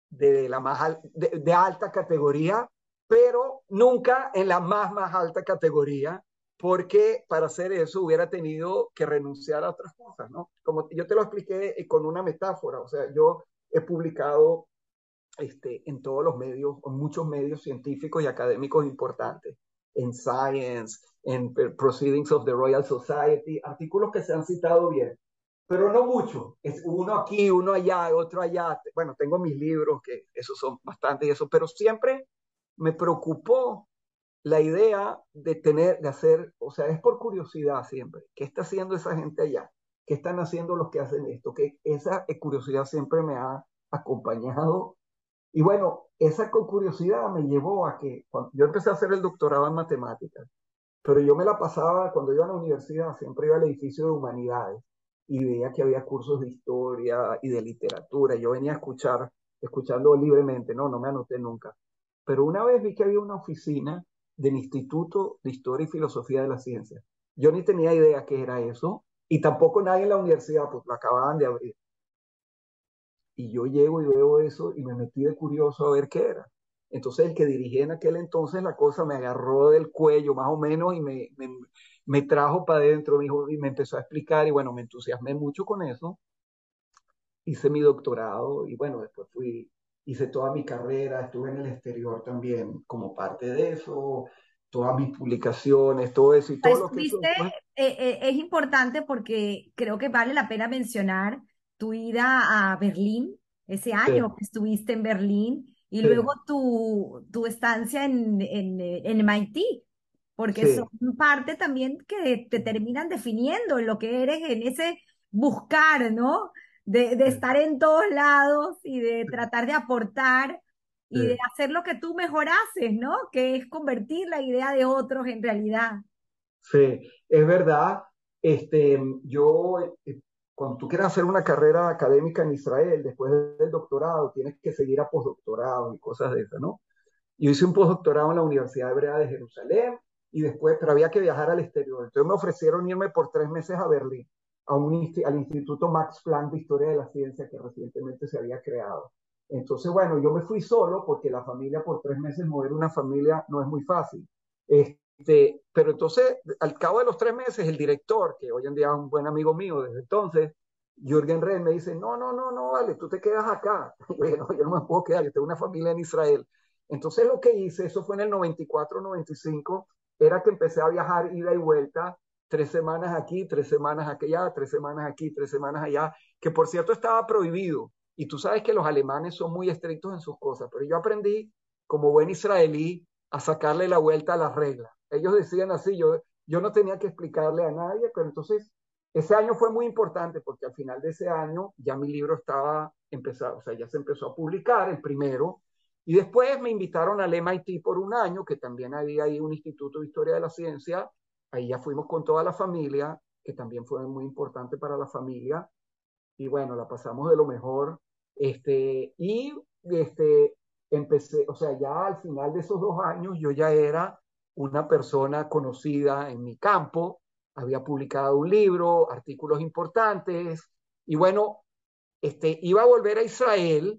de alta categoría, pero nunca en la más alta categoría, porque para hacer eso hubiera tenido que renunciar a otras cosas, ¿no? Como yo te lo expliqué con una metáfora, o sea, yo he publicado en todos los medios, en muchos medios científicos y académicos importantes, en Science, en Proceedings of the Royal Society, artículos que se han citado bien, pero no mucho. Es uno aquí, uno allá, otro allá. Bueno, tengo mis libros, que esos son bastantes y eso, pero siempre me preocupó la idea de hacer, o sea, es por curiosidad siempre. ¿Qué está haciendo esa gente allá? ¿Qué están haciendo los que hacen esto? Que esa curiosidad siempre me ha acompañado y bueno, esa curiosidad me llevó a que cuando yo empecé a hacer el doctorado en matemáticas, pero yo me la pasaba cuando iba a la universidad, siempre iba al edificio de humanidades y veía que había cursos de historia y de literatura. Yo venía a escuchando libremente, no me anoté nunca. Pero una vez vi que había una oficina del Instituto de Historia y Filosofía de la Ciencia. Yo ni tenía idea qué era eso y tampoco nadie en la universidad, pues lo acababan de abrir. Y yo llego y veo eso y me metí de curioso a ver qué era. Entonces el que dirigía en aquel entonces la cosa me agarró del cuello más o menos y me trajo para adentro y me empezó a explicar y bueno, me entusiasmé mucho con eso. Hice mi doctorado y bueno, después hice toda mi carrera, estuve en el exterior también como parte de eso, todas mis publicaciones, todo eso y todo lo que eso Estuviste, después. es importante porque creo que vale la pena mencionar tu ida a Berlín, ese Sí, año que estuviste en Berlín, y luego sí, tu estancia en MIT, porque son sí, parte también que te terminan definiendo en lo que eres en ese buscar, ¿no? De sí, estar en todos lados y de tratar de aportar y de sí. hacer lo que tú mejor haces, ¿no? Que es convertir la idea de otros en realidad. Sí, es verdad. Yo, cuando tú quieres hacer una carrera académica en Israel, después del doctorado, tienes que seguir a postdoctorado y cosas de esas, ¿no? Yo hice un postdoctorado en la Universidad Hebrea de Jerusalén y después, pero había que viajar al exterior. Entonces me ofrecieron irme por 3 meses a Berlín, al Instituto Max Planck de Historia de la Ciencia que recientemente se había creado. Entonces, bueno, yo me fui solo porque la familia por 3 meses, mover una familia no es muy fácil. Pero entonces, al cabo de los 3 meses, el director, que hoy en día es un buen amigo mío desde entonces, Jürgen Rehn, me dice, no, no, no, no, vale, tú te quedas acá. Yo dije, no, yo no me puedo quedar, yo tengo una familia en Israel. Entonces lo que hice, eso fue en el 94, 95, era que empecé a viajar ida y vuelta, 3 semanas aquí, 3 semanas allá, 3 semanas aquí, 3 semanas allá, que por cierto estaba prohibido. Y tú sabes que los alemanes son muy estrictos en sus cosas, pero yo aprendí, como buen israelí, a sacarle la vuelta a las reglas. Ellos decían así, yo no tenía que explicarle a nadie, pero entonces ese año fue muy importante porque al final de ese año ya mi libro estaba empezado, o sea, ya se empezó a publicar el primero, y después me invitaron al MIT por un año, que también había ahí un instituto de historia de la ciencia, ahí ya fuimos con toda la familia, que también fue muy importante para la familia, y bueno, la pasamos de lo mejor, y empecé, o sea, ya al final de esos 2 años yo ya era una persona conocida en mi campo, había publicado un libro, artículos importantes, y bueno, iba a volver a Israel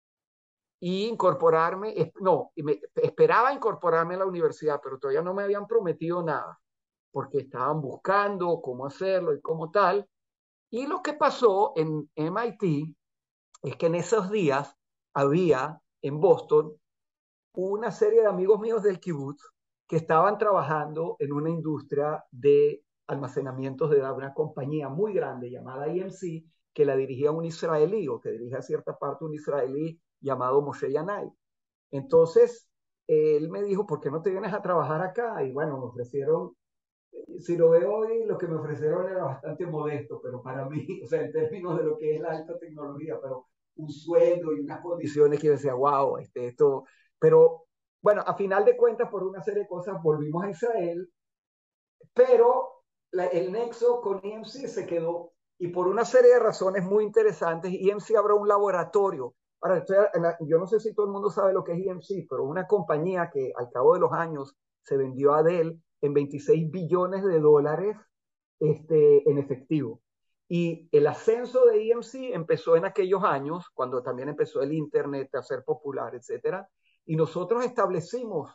y incorporarme, no, esperaba incorporarme a la universidad, pero todavía no me habían prometido nada, porque estaban buscando cómo hacerlo y cómo tal. Y lo que pasó en MIT es que en esos días había en Boston una serie de amigos míos del kibutz que estaban trabajando en una industria de almacenamientos de datos, una compañía muy grande llamada IMC, que la dirigía un israelí o que dirige a cierta parte un israelí llamado Moshe Yanai. Entonces, él me dijo, ¿por qué no te vienes a trabajar acá? Y bueno, me ofrecieron, si lo veo hoy, lo que me ofrecieron era bastante modesto, pero para mí, o sea, en términos de lo que es la alta tecnología, pero un sueldo y unas condiciones que yo decía, wow, esto, pero bueno, a final de cuentas, por una serie de cosas, volvimos a Israel, pero el nexo con EMC se quedó y por una serie de razones muy interesantes, EMC abrió un laboratorio. Ahora, yo no sé si todo el mundo sabe lo que es EMC, pero una compañía que al cabo de los años se vendió a Dell en 26 billones de dólares en efectivo. Y el ascenso de EMC empezó en aquellos años, cuando también empezó el Internet a ser popular, etcétera. Y nosotros establecimos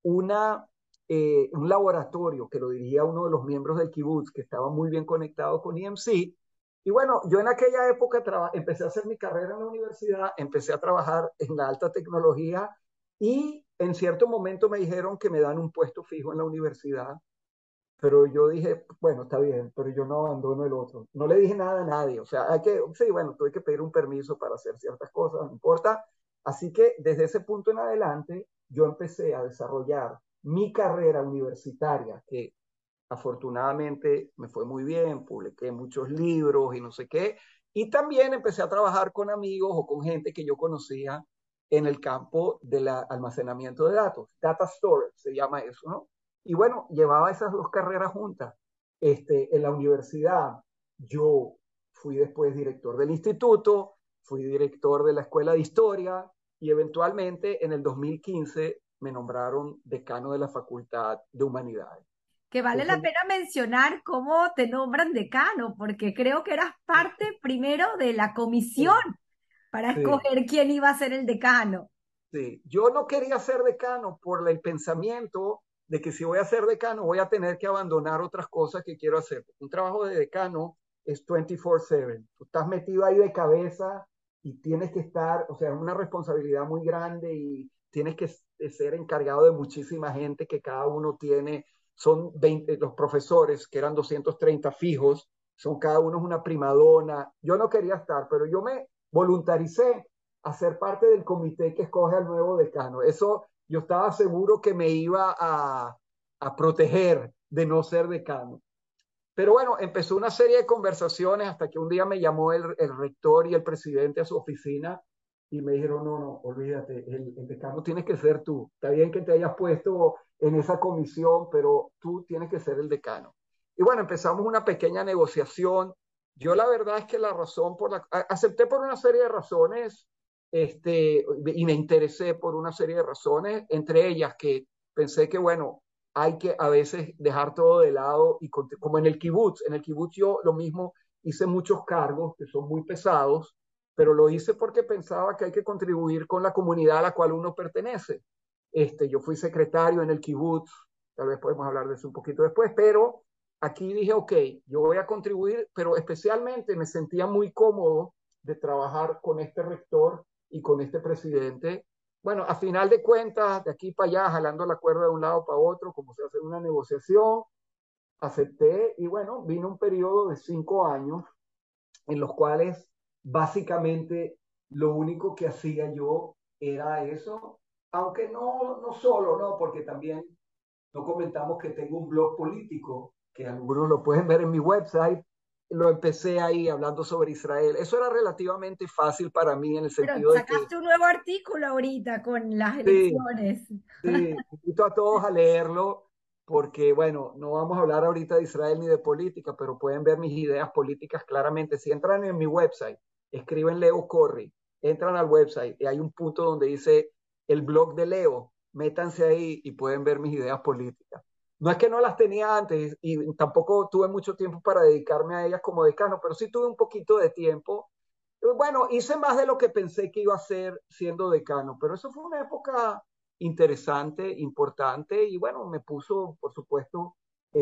un laboratorio que lo dirigía uno de los miembros del kibutz, que estaba muy bien conectado con EMC. Y bueno, yo en aquella época empecé a hacer mi carrera en la universidad, empecé a trabajar en la alta tecnología y en cierto momento me dijeron que me dan un puesto fijo en la universidad, pero yo dije, bueno, está bien, pero yo no abandono el otro. No le dije nada a nadie, o sea, sí, bueno, tuve que pedir un permiso para hacer ciertas cosas, no importa. Así que desde ese punto en adelante, yo empecé a desarrollar mi carrera universitaria, que afortunadamente me fue muy bien, publiqué muchos libros y no sé qué, y también empecé a trabajar con amigos o con gente que yo conocía en el campo del almacenamiento de datos, data storage se llama eso, ¿no? Y bueno, llevaba esas dos carreras juntas. En la universidad yo fui después director del instituto, fui director de la escuela de historia y eventualmente en el 2015 me nombraron decano de la Facultad de Humanidades. Que vale la Entonces, pena mencionar cómo te nombran decano, porque creo que eras parte primero de la comisión sí, para sí, escoger quién iba a ser el decano. sí. Yo no quería ser decano por el pensamiento de que si voy a ser decano voy a tener que abandonar otras cosas que quiero hacer. Un trabajo de decano es 24/7. Tú estás metido ahí de cabeza y tienes que estar, o sea, es una responsabilidad muy grande y tienes que ser encargado de muchísima gente que cada uno tiene, son 20, los profesores que eran 230 fijos, son cada uno es una primadona. Yo no quería estar, pero yo me voluntaricé a ser parte del comité que escoge al nuevo decano. Eso yo estaba seguro que me iba a proteger de no ser decano. Pero bueno, empezó una serie de conversaciones hasta que un día me llamó el rector y el presidente a su oficina y me dijeron, no, no, olvídate, el decano tienes que ser tú. Está bien que te hayas puesto en esa comisión, pero tú tienes que ser el decano. Y bueno, empezamos una pequeña negociación. Yo la verdad es que la razón por la... Acepté por una serie de razones y me interesé por una serie de razones, entre ellas que pensé que, bueno, hay que a veces dejar todo de lado y como en el kibutz yo lo mismo hice muchos cargos que son muy pesados, pero lo hice porque pensaba que hay que contribuir con la comunidad a la cual uno pertenece. Yo fui secretario en el kibutz, tal vez podemos hablar de eso un poquito después, pero aquí dije, ok, yo voy a contribuir, pero especialmente me sentía muy cómodo de trabajar con este rector y con este presidente. Bueno, a final de cuentas, de aquí para allá, jalando la cuerda de un lado para otro, como se hace una negociación, acepté y bueno, vino un periodo de 5 años en los cuales básicamente lo único que hacía yo era eso, aunque no solo, ¿no? Porque también no comentamos que tengo un blog político, que algunos lo pueden ver en mi website. Lo empecé ahí hablando sobre Israel. Eso era relativamente fácil para mí en el Pero sentido de que, sacaste un nuevo artículo ahorita con las sí, elecciones. sí, invito a todos a leerlo porque, bueno, no vamos a hablar ahorita de Israel ni de política, pero pueden ver mis ideas políticas claramente. Si entran en mi website, escriben Leo Corri, entran al website y hay un punto donde dice el blog de Leo, métanse ahí y pueden ver mis ideas políticas. No es que no las tenía antes y tampoco tuve mucho tiempo para dedicarme a ellas como decano, pero sí tuve un poquito de tiempo. Bueno, hice más de lo que pensé que iba a hacer siendo decano, pero eso fue una época interesante, importante y bueno, me puso, por supuesto,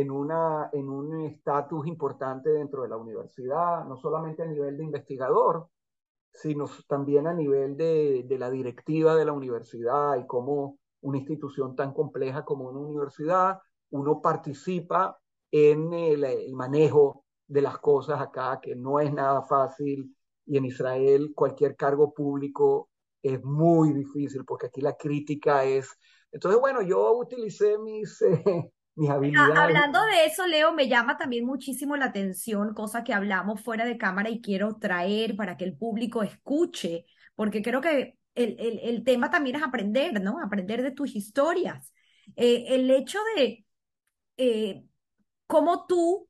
en un estatus importante dentro de la universidad, no solamente a nivel de investigador, sino también a nivel de la directiva de la universidad y cómo una institución tan compleja como una universidad, uno participa en el manejo de las cosas acá, que no es nada fácil, y en Israel cualquier cargo público es muy difícil, porque aquí la crítica es... Entonces, bueno, yo utilicé mis habilidades. Hablando de eso, Leo, me llama también muchísimo la atención, cosa que hablamos fuera de cámara y quiero traer para que el público escuche, porque creo que el tema también es aprender, ¿no? Aprender de tus historias. El hecho de eh, cómo tú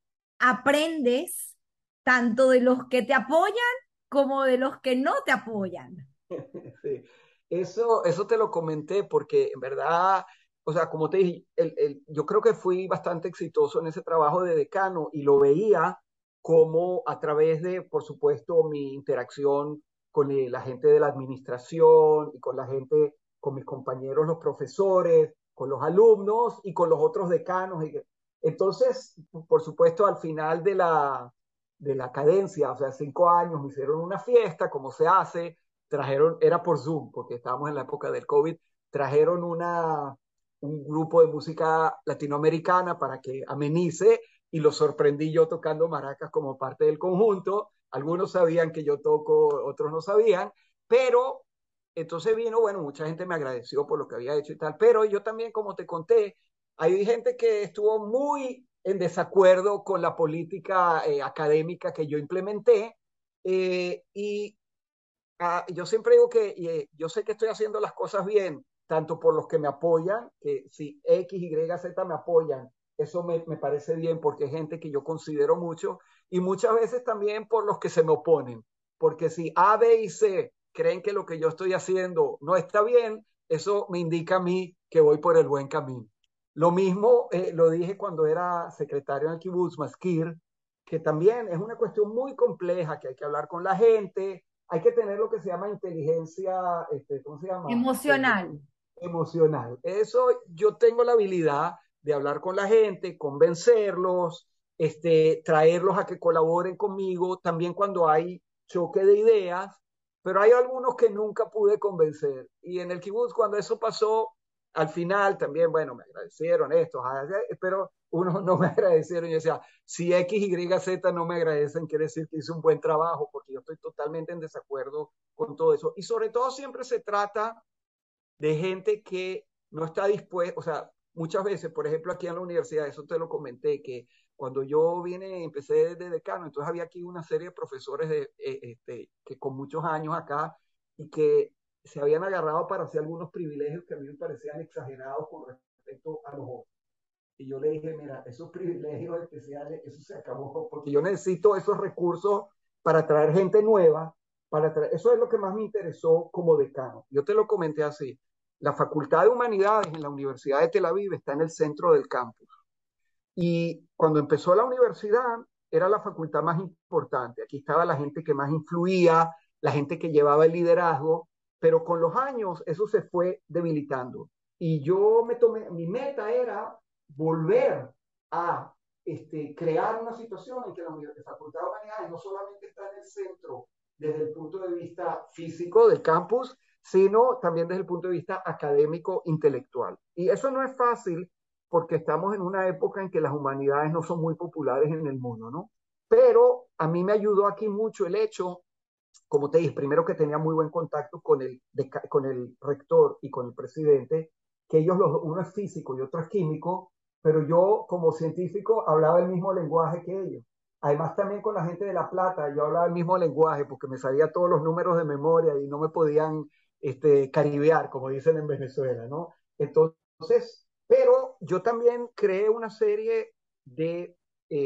aprendes tanto de los que te apoyan como de los que no te apoyan. Sí. Eso te lo comenté porque en verdad, o sea, como te dije, yo creo que fui bastante exitoso en ese trabajo de decano y lo veía como a través de, por supuesto, mi interacción con la gente de la administración y con la gente, con mis compañeros, los profesores, con los alumnos y con los otros decanos. Entonces, por supuesto, al final de la cadencia, o sea, 5 años, me hicieron una fiesta, como se hace, trajeron, era por Zoom, porque estábamos en la época del COVID, trajeron un grupo de música latinoamericana para que amenice y los sorprendí yo tocando maracas como parte del conjunto. Algunos sabían que yo toco, otros no sabían, pero entonces vino, bueno, mucha gente me agradeció por lo que había hecho y tal, pero yo también, como te conté, hay gente que estuvo muy en desacuerdo con la política académica que yo implementé y yo siempre digo que yo sé que estoy haciendo las cosas bien, tanto por los que me apoyan, que si X, Y, Z me apoyan, eso me parece bien porque es gente que yo considero mucho, y muchas veces también por los que se me oponen, porque si A, B y C creen que lo que yo estoy haciendo no está bien, eso me indica a mí que voy por el buen camino. Lo mismo lo dije cuando era secretario en el Kibbutz Maskir, que también es una cuestión muy compleja, que hay que hablar con la gente, hay que tener lo que se llama inteligencia, ¿cómo se llama? Emocional. Emocional. Eso yo tengo la habilidad de hablar con la gente, convencerlos, traerlos a que colaboren conmigo, también cuando hay choque de ideas, pero hay algunos que nunca pude convencer. Y en el kibutz, cuando eso pasó, al final también, bueno, me agradecieron esto, pero unos no me agradecieron. Y yo decía, si X, Y, Z no me agradecen, quiere decir que hice un buen trabajo, porque yo estoy totalmente en desacuerdo con todo eso. Y sobre todo siempre se trata de gente que no está dispuesta, o sea, muchas veces, por ejemplo, aquí en la universidad, eso te lo comenté, que cuando yo vine, empecé de decano, entonces había aquí una serie de profesores que con muchos años acá y que se habían agarrado para hacer algunos privilegios que a mí me parecían exagerados con respecto a los otros. Y yo le dije, mira, esos privilegios especiales, eso se acabó, porque yo necesito esos recursos para traer gente nueva, eso es lo que más me interesó como decano. Yo te lo comenté así. La Facultad de Humanidades en la Universidad de Tel Aviv está en el centro del campus. Y cuando empezó la universidad, era la facultad más importante. Aquí estaba la gente que más influía, la gente que llevaba el liderazgo, pero con los años eso se fue debilitando. Y yo me tomé, mi meta era volver a crear una situación en que la Facultad de Humanidades no solamente está en el centro desde el punto de vista físico del campus, sino también desde el punto de vista académico, intelectual. Y eso no es fácil porque estamos en una época en que las humanidades no son muy populares en el mundo, ¿no? Pero a mí me ayudó aquí mucho el hecho, como te dije, primero que tenía muy buen contacto con el rector y con el presidente, que uno es físico y otro es químico, pero yo como científico hablaba el mismo lenguaje que ellos. Además también con la gente de La Plata, yo hablaba el mismo lenguaje porque me sabía todos los números de memoria y no me podían caribear, como dicen en Venezuela, ¿no? Entonces, pero yo también creé una serie de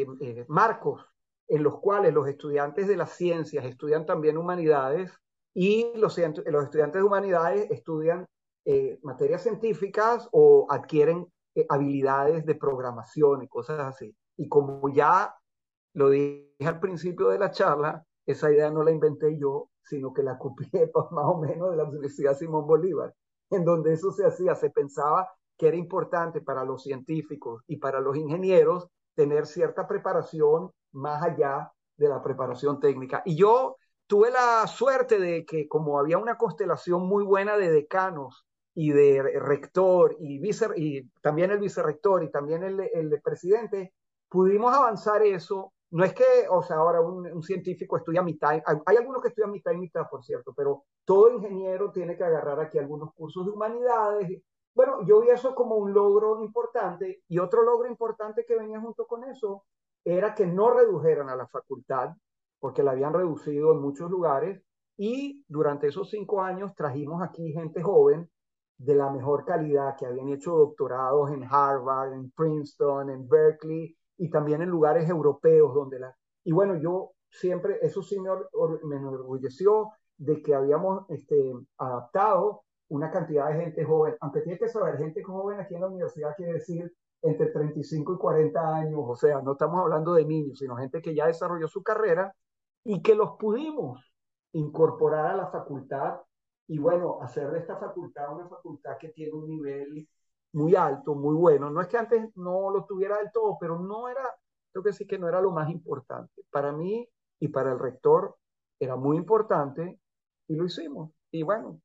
marcos en los cuales los estudiantes de las ciencias estudian también humanidades y los estudiantes de humanidades estudian materias científicas o adquieren habilidades de programación y cosas así. Y como ya lo dije al principio de la charla, esa idea no la inventé yo, sino que la copié más o menos de la Universidad Simón Bolívar, en donde eso se hacía, se pensaba que era importante para los científicos y para los ingenieros tener cierta preparación más allá de la preparación técnica. Y yo tuve la suerte de que como había una constelación muy buena de decanos y de rector y también el vicerrector y también el presidente, pudimos avanzar eso. No es que, o sea, ahora un científico estudia mitad, hay algunos que estudian mitad y mitad, por cierto, pero todo ingeniero tiene que agarrar aquí algunos cursos de humanidades. Bueno, yo vi eso como un logro importante y otro logro importante que venía junto con eso era que no redujeran a la facultad, porque la habían reducido en muchos lugares y durante esos 5 años trajimos aquí gente joven de la mejor calidad que habían hecho doctorados en Harvard, en Princeton, en Berkeley y también en lugares europeos donde la... Y bueno, yo siempre, eso sí me enorgulleció de que habíamos adaptado una cantidad de gente joven, aunque tiene que saber, gente joven aquí en la universidad quiere decir entre 35 y 40 años, o sea, no estamos hablando de niños, sino gente que ya desarrolló su carrera y que los pudimos incorporar a la facultad y bueno, hacer de esta facultad una facultad que tiene un nivel muy alto, muy bueno. No es que antes no lo tuviera del todo, pero no era, tengo que decir que no era lo más importante. Para mí y para el rector era muy importante y lo hicimos. Y bueno,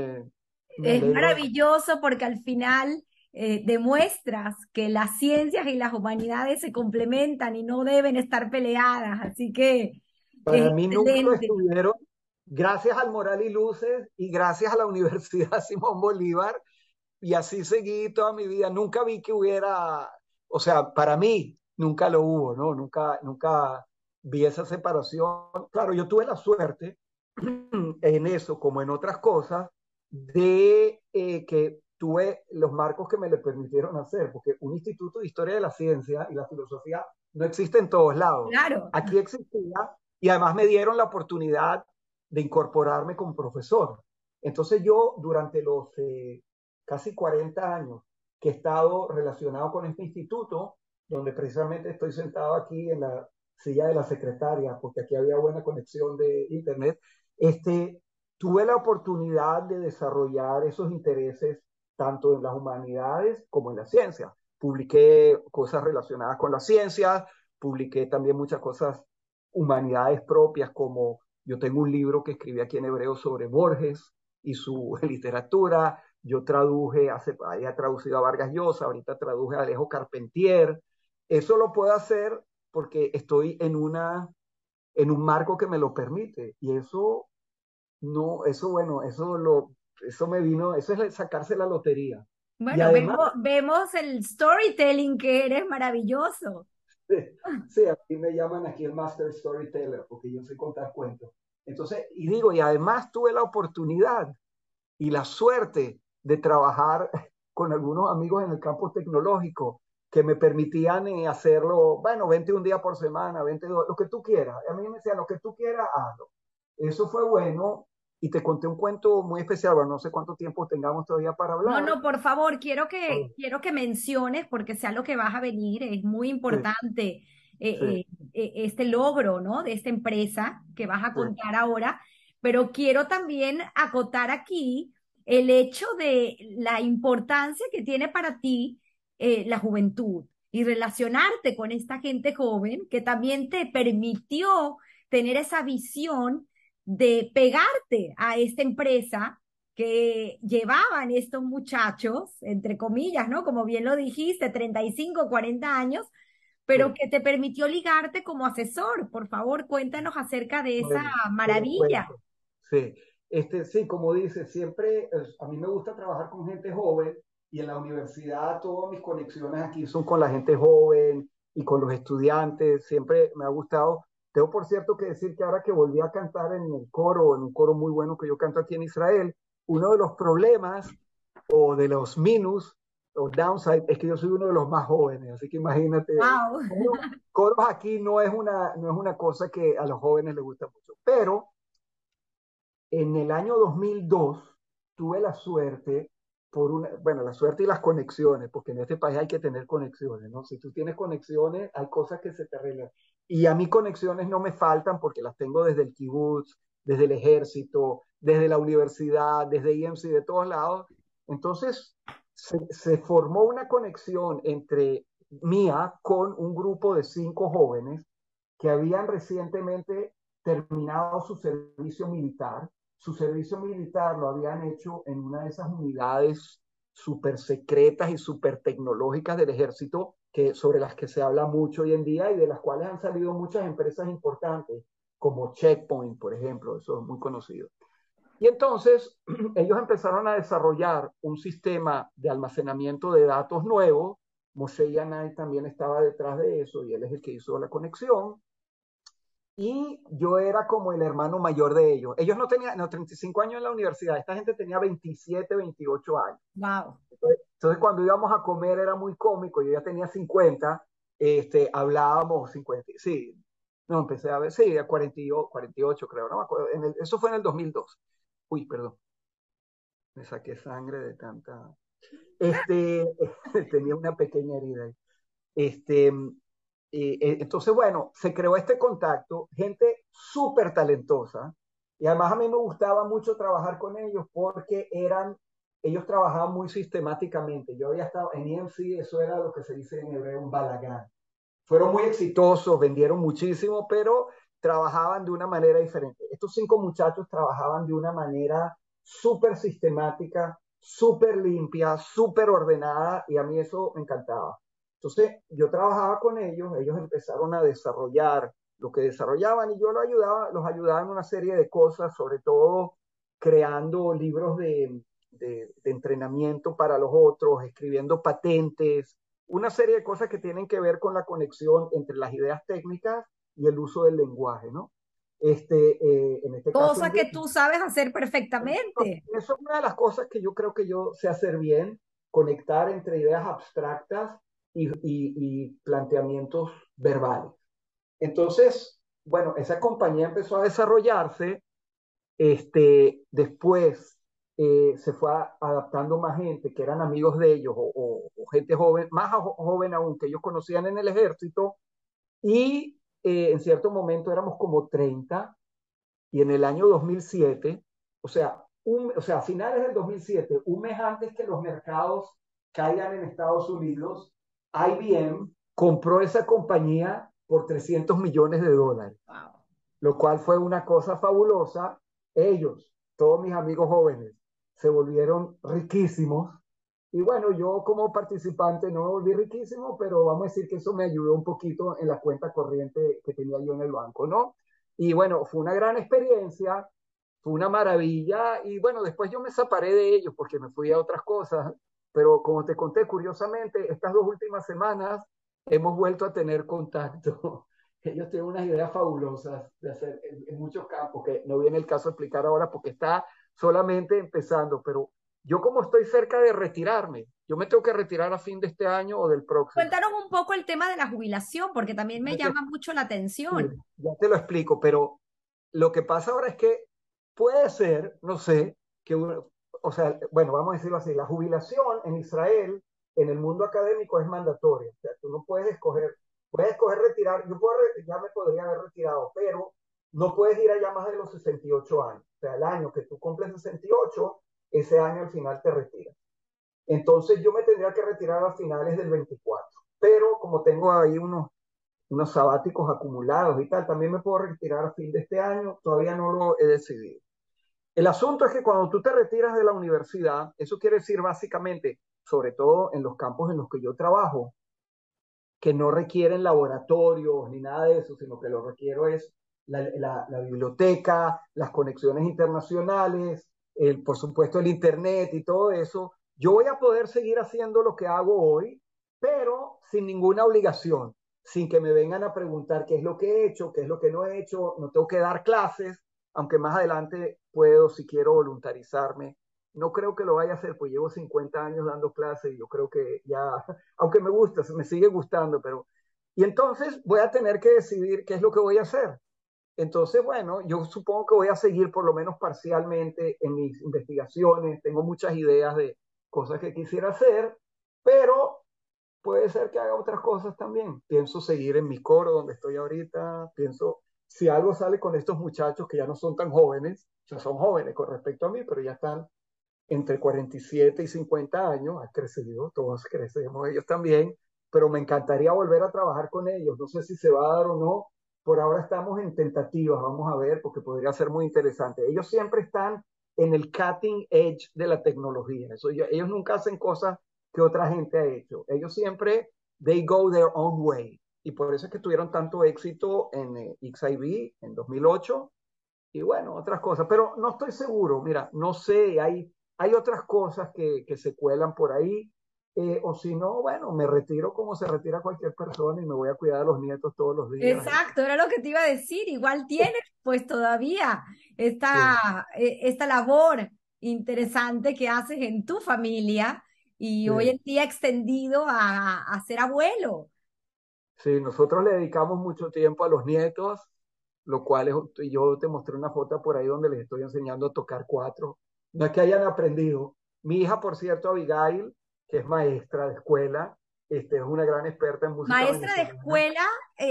me Es alegro. maravilloso porque al final demuestras que las ciencias y las humanidades se complementan y no deben estar peleadas. Así que es Para mí nunca lo excelente. estuvieron, gracias al Moral y Luces y gracias a la Universidad Simón Bolívar. Y así seguí toda mi vida. Nunca vi que hubiera, o sea, para mí nunca lo hubo, ¿no? Nunca vi esa separación. Claro, yo tuve la suerte en eso, como en otras cosas, de que tuve los marcos que me le permitieron hacer, porque un instituto de historia de la ciencia y la filosofía no existe en todos lados. Claro. Aquí existía y además me dieron la oportunidad de incorporarme como profesor. Entonces yo durante los casi 40 años que he estado relacionado con este instituto, donde precisamente estoy sentado aquí en la silla de la secretaria, porque aquí había buena conexión de internet, este, tuve la oportunidad de desarrollar esos intereses tanto en las humanidades como en la ciencia. Publiqué cosas relacionadas con la ciencia, publiqué también muchas cosas humanidades propias, como yo tengo un libro que escribí aquí en hebreo sobre Borges y su literatura. Yo traduje, había traducido a Vargas Llosa, ahorita traduje a Alejo Carpentier. Eso lo puedo hacer porque estoy en un marco que me lo permite. Y eso, no, eso bueno, eso me vino, eso es sacarse la lotería. Y Bueno, además, vemos el storytelling que eres maravilloso. sí, aquí me llaman aquí el Master Storyteller, porque yo sé contar cuentos. Entonces, y digo, y además tuve la oportunidad y la suerte de trabajar con algunos amigos en el campo tecnológico que me permitían hacerlo, bueno, 21 días por semana, 22, lo que tú quieras. A mí me decían, lo que tú quieras, hazlo. Eso fue bueno y te conté un cuento muy especial, bueno, no sé cuánto tiempo tengamos todavía para No, hablar. no, por favor, Oh, quiero que menciones, porque sea lo que vas a venir, es muy sí, importante sí, este logro, ¿no? De esta empresa que vas a sí, contar ahora, pero quiero también acotar aquí el hecho de la importancia que tiene para ti la juventud y relacionarte con esta gente joven que también te permitió tener esa visión de pegarte a esta empresa que llevaban estos muchachos, entre comillas, ¿no? Como bien lo dijiste, 35, 40 años, pero sí. que te permitió ligarte como asesor. Por favor, cuéntanos acerca de esa Bueno, te lo maravilla. cuento. Sí, sí, como dices, siempre a mí me gusta trabajar con gente joven y en la universidad todas mis conexiones aquí son con la gente joven y con los estudiantes. Siempre me ha gustado. Tengo, por cierto, que decir que ahora que volví a cantar en el coro, en un coro muy bueno que yo canto aquí en Israel, uno de los problemas o de los minus o downside es que yo soy uno de los más jóvenes, así que imagínate, Wow. coros aquí no es una cosa que a los jóvenes les gusta mucho, pero en el año 2002 tuve la suerte, bueno, la suerte y las conexiones, porque en este país hay que tener conexiones, ¿no? Si tú tienes conexiones, hay cosas que se te arreglan. Y a mí conexiones no me faltan porque las tengo desde el kibutz, desde el ejército, desde la universidad, desde IMC, de todos lados. Entonces, se formó una conexión entre mía con un grupo de 5 jóvenes que habían recientemente terminado su servicio militar. Su servicio militar lo habían hecho en una de esas unidades súper secretas y súper tecnológicas del ejército sobre las que se habla mucho hoy en día y de las cuales han salido muchas empresas importantes, como Checkpoint, por ejemplo, eso es muy conocido. Y entonces ellos empezaron a desarrollar un sistema de almacenamiento de datos nuevo. Moshe Yanai también estaba detrás de eso y él es el que hizo la conexión y yo era como el hermano mayor de ellos. Ellos no tenían 35 años en la universidad, esta gente tenía 27, 28 años. Wow. Entonces cuando íbamos a comer era muy cómico, yo ya tenía 50, hablábamos 50, sí, no, empecé a ver, sí, a 48 creo, no me acuerdo, eso fue en el 2002. Uy, perdón, me saqué sangre de tanta, este, tenía una pequeña herida ahí. Este, entonces, bueno, se creó este contacto, gente súper talentosa, y además a mí me gustaba mucho trabajar con ellos porque ellos trabajaban muy sistemáticamente. Yo había estado en EMC, eso era lo que se dice en hebreo un balagán. Fueron muy exitosos, vendieron muchísimo, pero trabajaban de una manera diferente. Estos 5 muchachos trabajaban de una manera súper sistemática, súper limpia, súper ordenada, y a mí eso me encantaba. Entonces, yo trabajaba con ellos, ellos empezaron a desarrollar lo que desarrollaban y yo los ayudaba en una serie de cosas, sobre todo creando libros de entrenamiento para los otros, escribiendo patentes, una serie de cosas que tienen que ver con la conexión entre las ideas técnicas y el uso del lenguaje, ¿no? En este caso Cosa que inglés. tú sabes hacer perfectamente. Eso es una de las cosas que yo creo que yo sé hacer bien, conectar entre ideas abstractas y planteamientos verbales. Entonces, bueno, esa compañía empezó a desarrollarse, después se fue adaptando más gente que eran amigos de ellos o gente joven, más joven aún, que ellos conocían en el ejército, y en cierto momento éramos como 30 y en el año 2007, o sea, a finales del 2007, un mes antes que los mercados caigan en Estados Unidos, IBM compró esa compañía por $300 millones, Wow. lo cual fue una cosa fabulosa. Ellos, todos mis amigos jóvenes, se volvieron riquísimos. Y bueno, yo como participante no me volví riquísimo, pero vamos a decir que eso me ayudó un poquito en la cuenta corriente que tenía yo en el banco, ¿no? Y bueno, fue una gran experiencia, fue una maravilla. Y bueno, después yo me separé de ellos porque me fui a otras cosas. Pero como te conté, curiosamente, estas 2 últimas semanas hemos vuelto a tener contacto. Ellos tienen unas ideas fabulosas de hacer en muchos campos, que no viene el caso de explicar ahora porque está solamente empezando, pero yo como estoy cerca de retirarme, yo me tengo que retirar a fin de este año o del próximo. Cuéntanos un poco el tema de la jubilación, porque también me Ya te, llama mucho la sí, atención. ya te lo explico, pero lo que pasa ahora es que puede ser, no sé, que o sea, bueno, vamos a decirlo así, la jubilación en Israel, en el mundo académico es mandatoria. O sea, tú no puedes escoger retirar, ya me podría haber retirado, pero no puedes ir allá más de los 68 años. O sea, el año que tú cumples 68, ese año al final te retiras. Entonces yo me tendría que retirar a finales del 24. Pero como tengo ahí unos sabáticos acumulados y tal, también me puedo retirar a fin de este año, todavía no lo he decidido. El asunto es que cuando tú te retiras de la universidad, eso quiere decir básicamente, sobre todo en los campos en los que yo trabajo, que no requieren laboratorios ni nada de eso, sino que lo requiero es la biblioteca, las conexiones internacionales, por supuesto el Internet y todo eso. Yo voy a poder seguir haciendo lo que hago hoy, pero sin ninguna obligación, sin que me vengan a preguntar qué es lo que he hecho, qué es lo que no he hecho, no tengo que dar clases, aunque más adelante puedo, si quiero, voluntarizarme. No creo que lo vaya a hacer, pues llevo 50 años dando clases y yo creo que ya aunque me gusta, me sigue gustando, pero... Y entonces voy a tener que decidir qué es lo que voy a hacer. Entonces, bueno, yo supongo que voy a seguir por lo menos parcialmente en mis investigaciones. Tengo muchas ideas de cosas que quisiera hacer, pero puede ser que haga otras cosas también. Pienso seguir en mi coro donde estoy ahorita. Pienso, si algo sale con estos muchachos que ya no son tan jóvenes, o sea, son jóvenes con respecto a mí, pero ya están entre 47 y 50 años, ha crecido, todos crecemos, ellos también, pero me encantaría volver a trabajar con ellos. No sé si se va a dar o no. Por ahora estamos en tentativas, vamos a ver, porque podría ser muy interesante. Ellos siempre están en el cutting edge de la tecnología. Ellos nunca hacen cosas que otra gente ha hecho. Ellos siempre, they go their own way. Y por eso es que tuvieron tanto éxito en XIV en 2008 y bueno, otras cosas, pero no estoy seguro, mira, no sé, hay otras cosas que se cuelan por ahí, o si no, bueno, me retiro como se retira cualquier persona y me voy a cuidar a los nietos todos los días. Exacto, era lo que te iba a decir. Igual tienes pues todavía Sí, esta labor interesante que haces en tu familia y hoy sí, en día extendido a ser abuelo. sí, nosotros le dedicamos mucho tiempo a los nietos, lo cual es, yo te mostré una foto por ahí donde les estoy enseñando a tocar cuatro. No es que hayan aprendido. Mi hija, por cierto, Abigail, que es maestra de escuela, es una gran experta en música Maestra de venezolana. escuela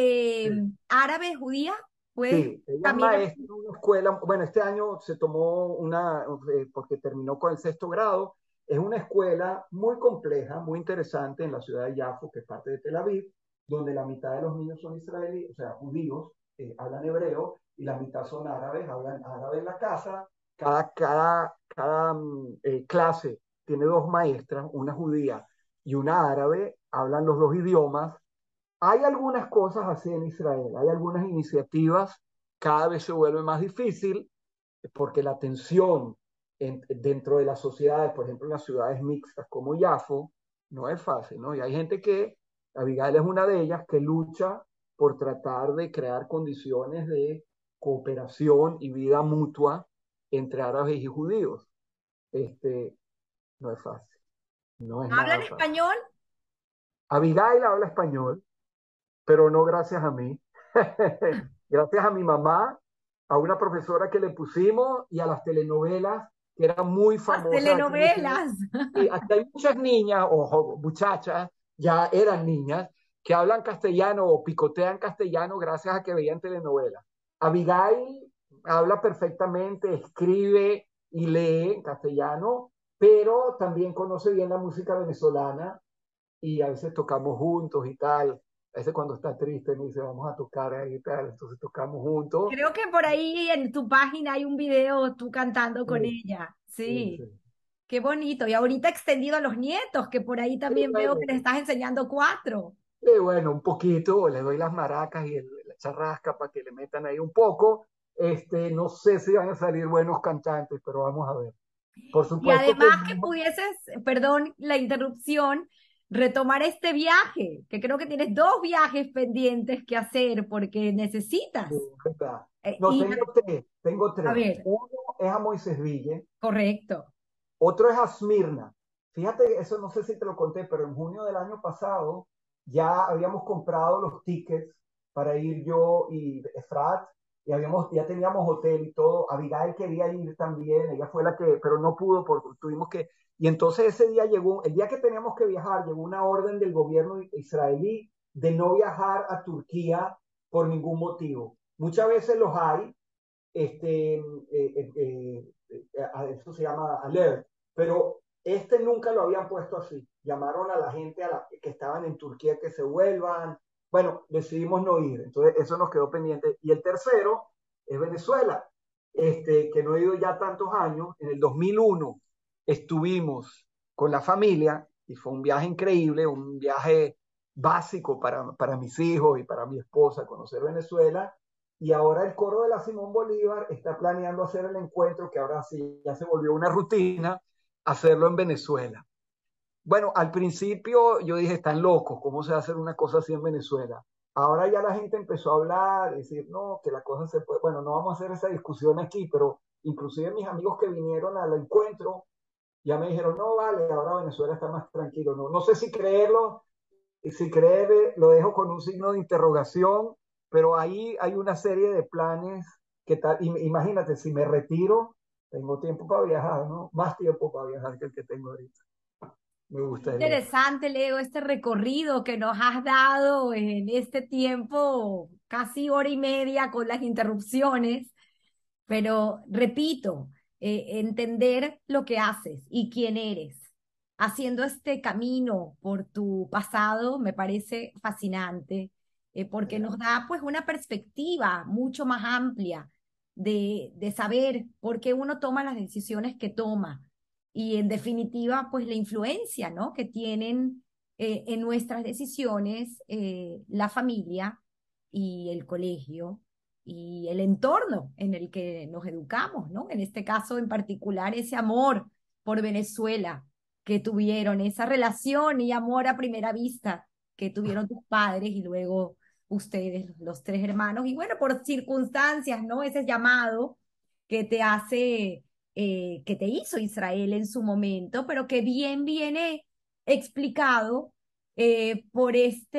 Sí. árabe, judía, pues Sí, ella es también maestra en una escuela, bueno, este año se tomó porque terminó con el sexto grado, es una escuela muy compleja, muy interesante en la ciudad de Yafo, que es parte de Tel Aviv, donde la mitad de los niños son israelíes, o sea, judíos, hablan hebreo, y la mitad son árabes, hablan árabe en la casa. Cada clase tiene dos maestras, una judía y una árabe, hablan los dos idiomas. Hay algunas cosas así en Israel, hay algunas iniciativas, cada vez se vuelve más difícil porque la tensión dentro de las sociedades, por ejemplo en las ciudades mixtas como Yafo, no es fácil, ¿no? Y hay gente que, Abigail es una de ellas, que lucha por tratar de crear condiciones de cooperación y vida mutua entre árabes y judíos. Este, no es fácil, no es hablan nada fácil. español. Abigail habla español, pero no gracias a mí. Gracias a mi mamá, a una profesora que le pusimos y a las telenovelas que eran muy Las famosas aquí en Israel. telenovelas. Y aquí hay muchas niñas o muchachas, ya eran niñas, que hablan castellano o picotean castellano gracias a que veían telenovelas. Abigail habla perfectamente, escribe y lee en castellano, pero también conoce bien la música venezolana y a veces tocamos juntos y tal. A veces cuando está triste me dice, vamos a tocar ahí y tal, entonces tocamos juntos. Creo que por ahí en tu página hay un video tú cantando Sí, con ella. sí, Sí, sí. qué bonito. Y ahorita extendido a los nietos, que por ahí Sí, también veo bueno, que les estás enseñando cuatro. bueno, un poquito, le doy las maracas y la charrasca para que le metan ahí un poco. No sé si van a salir buenos cantantes, pero vamos a ver. Por Y supuesto que además que pudieses, perdón la interrupción, retomar este viaje, que creo que tienes dos viajes pendientes que hacer porque necesitas. no, Y tengo a tres. ver, Uno es a Moisés Ville, correcto. otro es a Smirna. Fíjate, eso no sé si te lo conté, pero en junio del año pasado ya habíamos comprado los tickets para ir yo y Efrat. ya teníamos hotel y todo. Abigail quería ir también, ella fue la que, pero no pudo porque tuvimos que, y entonces ese día llegó, el día que teníamos que viajar, llegó una orden del gobierno israelí de no viajar a Turquía por ningún motivo. Muchas veces los hay, eso se llama alert, pero nunca lo habían puesto así. Llamaron a la gente que estaban en Turquía que se vuelvan. Bueno, decidimos no ir, entonces eso nos quedó pendiente. Y el tercero es Venezuela, que no he ido ya tantos años. En el 2001 estuvimos con la familia y fue un viaje increíble, un viaje básico para mis hijos y para mi esposa, conocer Venezuela. Y ahora el coro de la Simón Bolívar está planeando hacer el encuentro, que ahora sí ya se volvió una rutina, hacerlo en Venezuela. Bueno, al principio yo dije, están locos, ¿cómo se va a hacer una cosa así en Venezuela? Ahora ya la gente empezó a hablar, decir, no, que la cosa se puede, bueno, no vamos a hacer esa discusión aquí, pero inclusive mis amigos que vinieron al encuentro ya me dijeron, no, vale, ahora Venezuela está más tranquilo. No, no sé si creerlo, y si cree, lo dejo con un signo de interrogación, pero ahí hay una serie de planes que tal, imagínate, si me retiro, tengo tiempo para viajar, ¿no? Más tiempo para viajar que el que tengo ahorita. Me gustaría. Interesante, Leo, este recorrido que nos has dado en este tiempo, casi hora y media con las interrupciones, pero repito, entender lo que haces y quién eres. Haciendo este camino por tu pasado me parece fascinante, porque nos da pues una perspectiva mucho más amplia de saber por qué uno toma las decisiones que toma y en definitiva pues la influencia, ¿no? que tienen en nuestras decisiones la familia y el colegio y el entorno en el que nos educamos, ¿no? En este caso en particular, ese amor por Venezuela que tuvieron, esa relación y amor a primera vista que tuvieron tus padres y luego ustedes, los tres hermanos, y bueno, por circunstancias, ¿no? Ese llamado que te hace, que te hizo Israel en su momento, pero que bien viene explicado por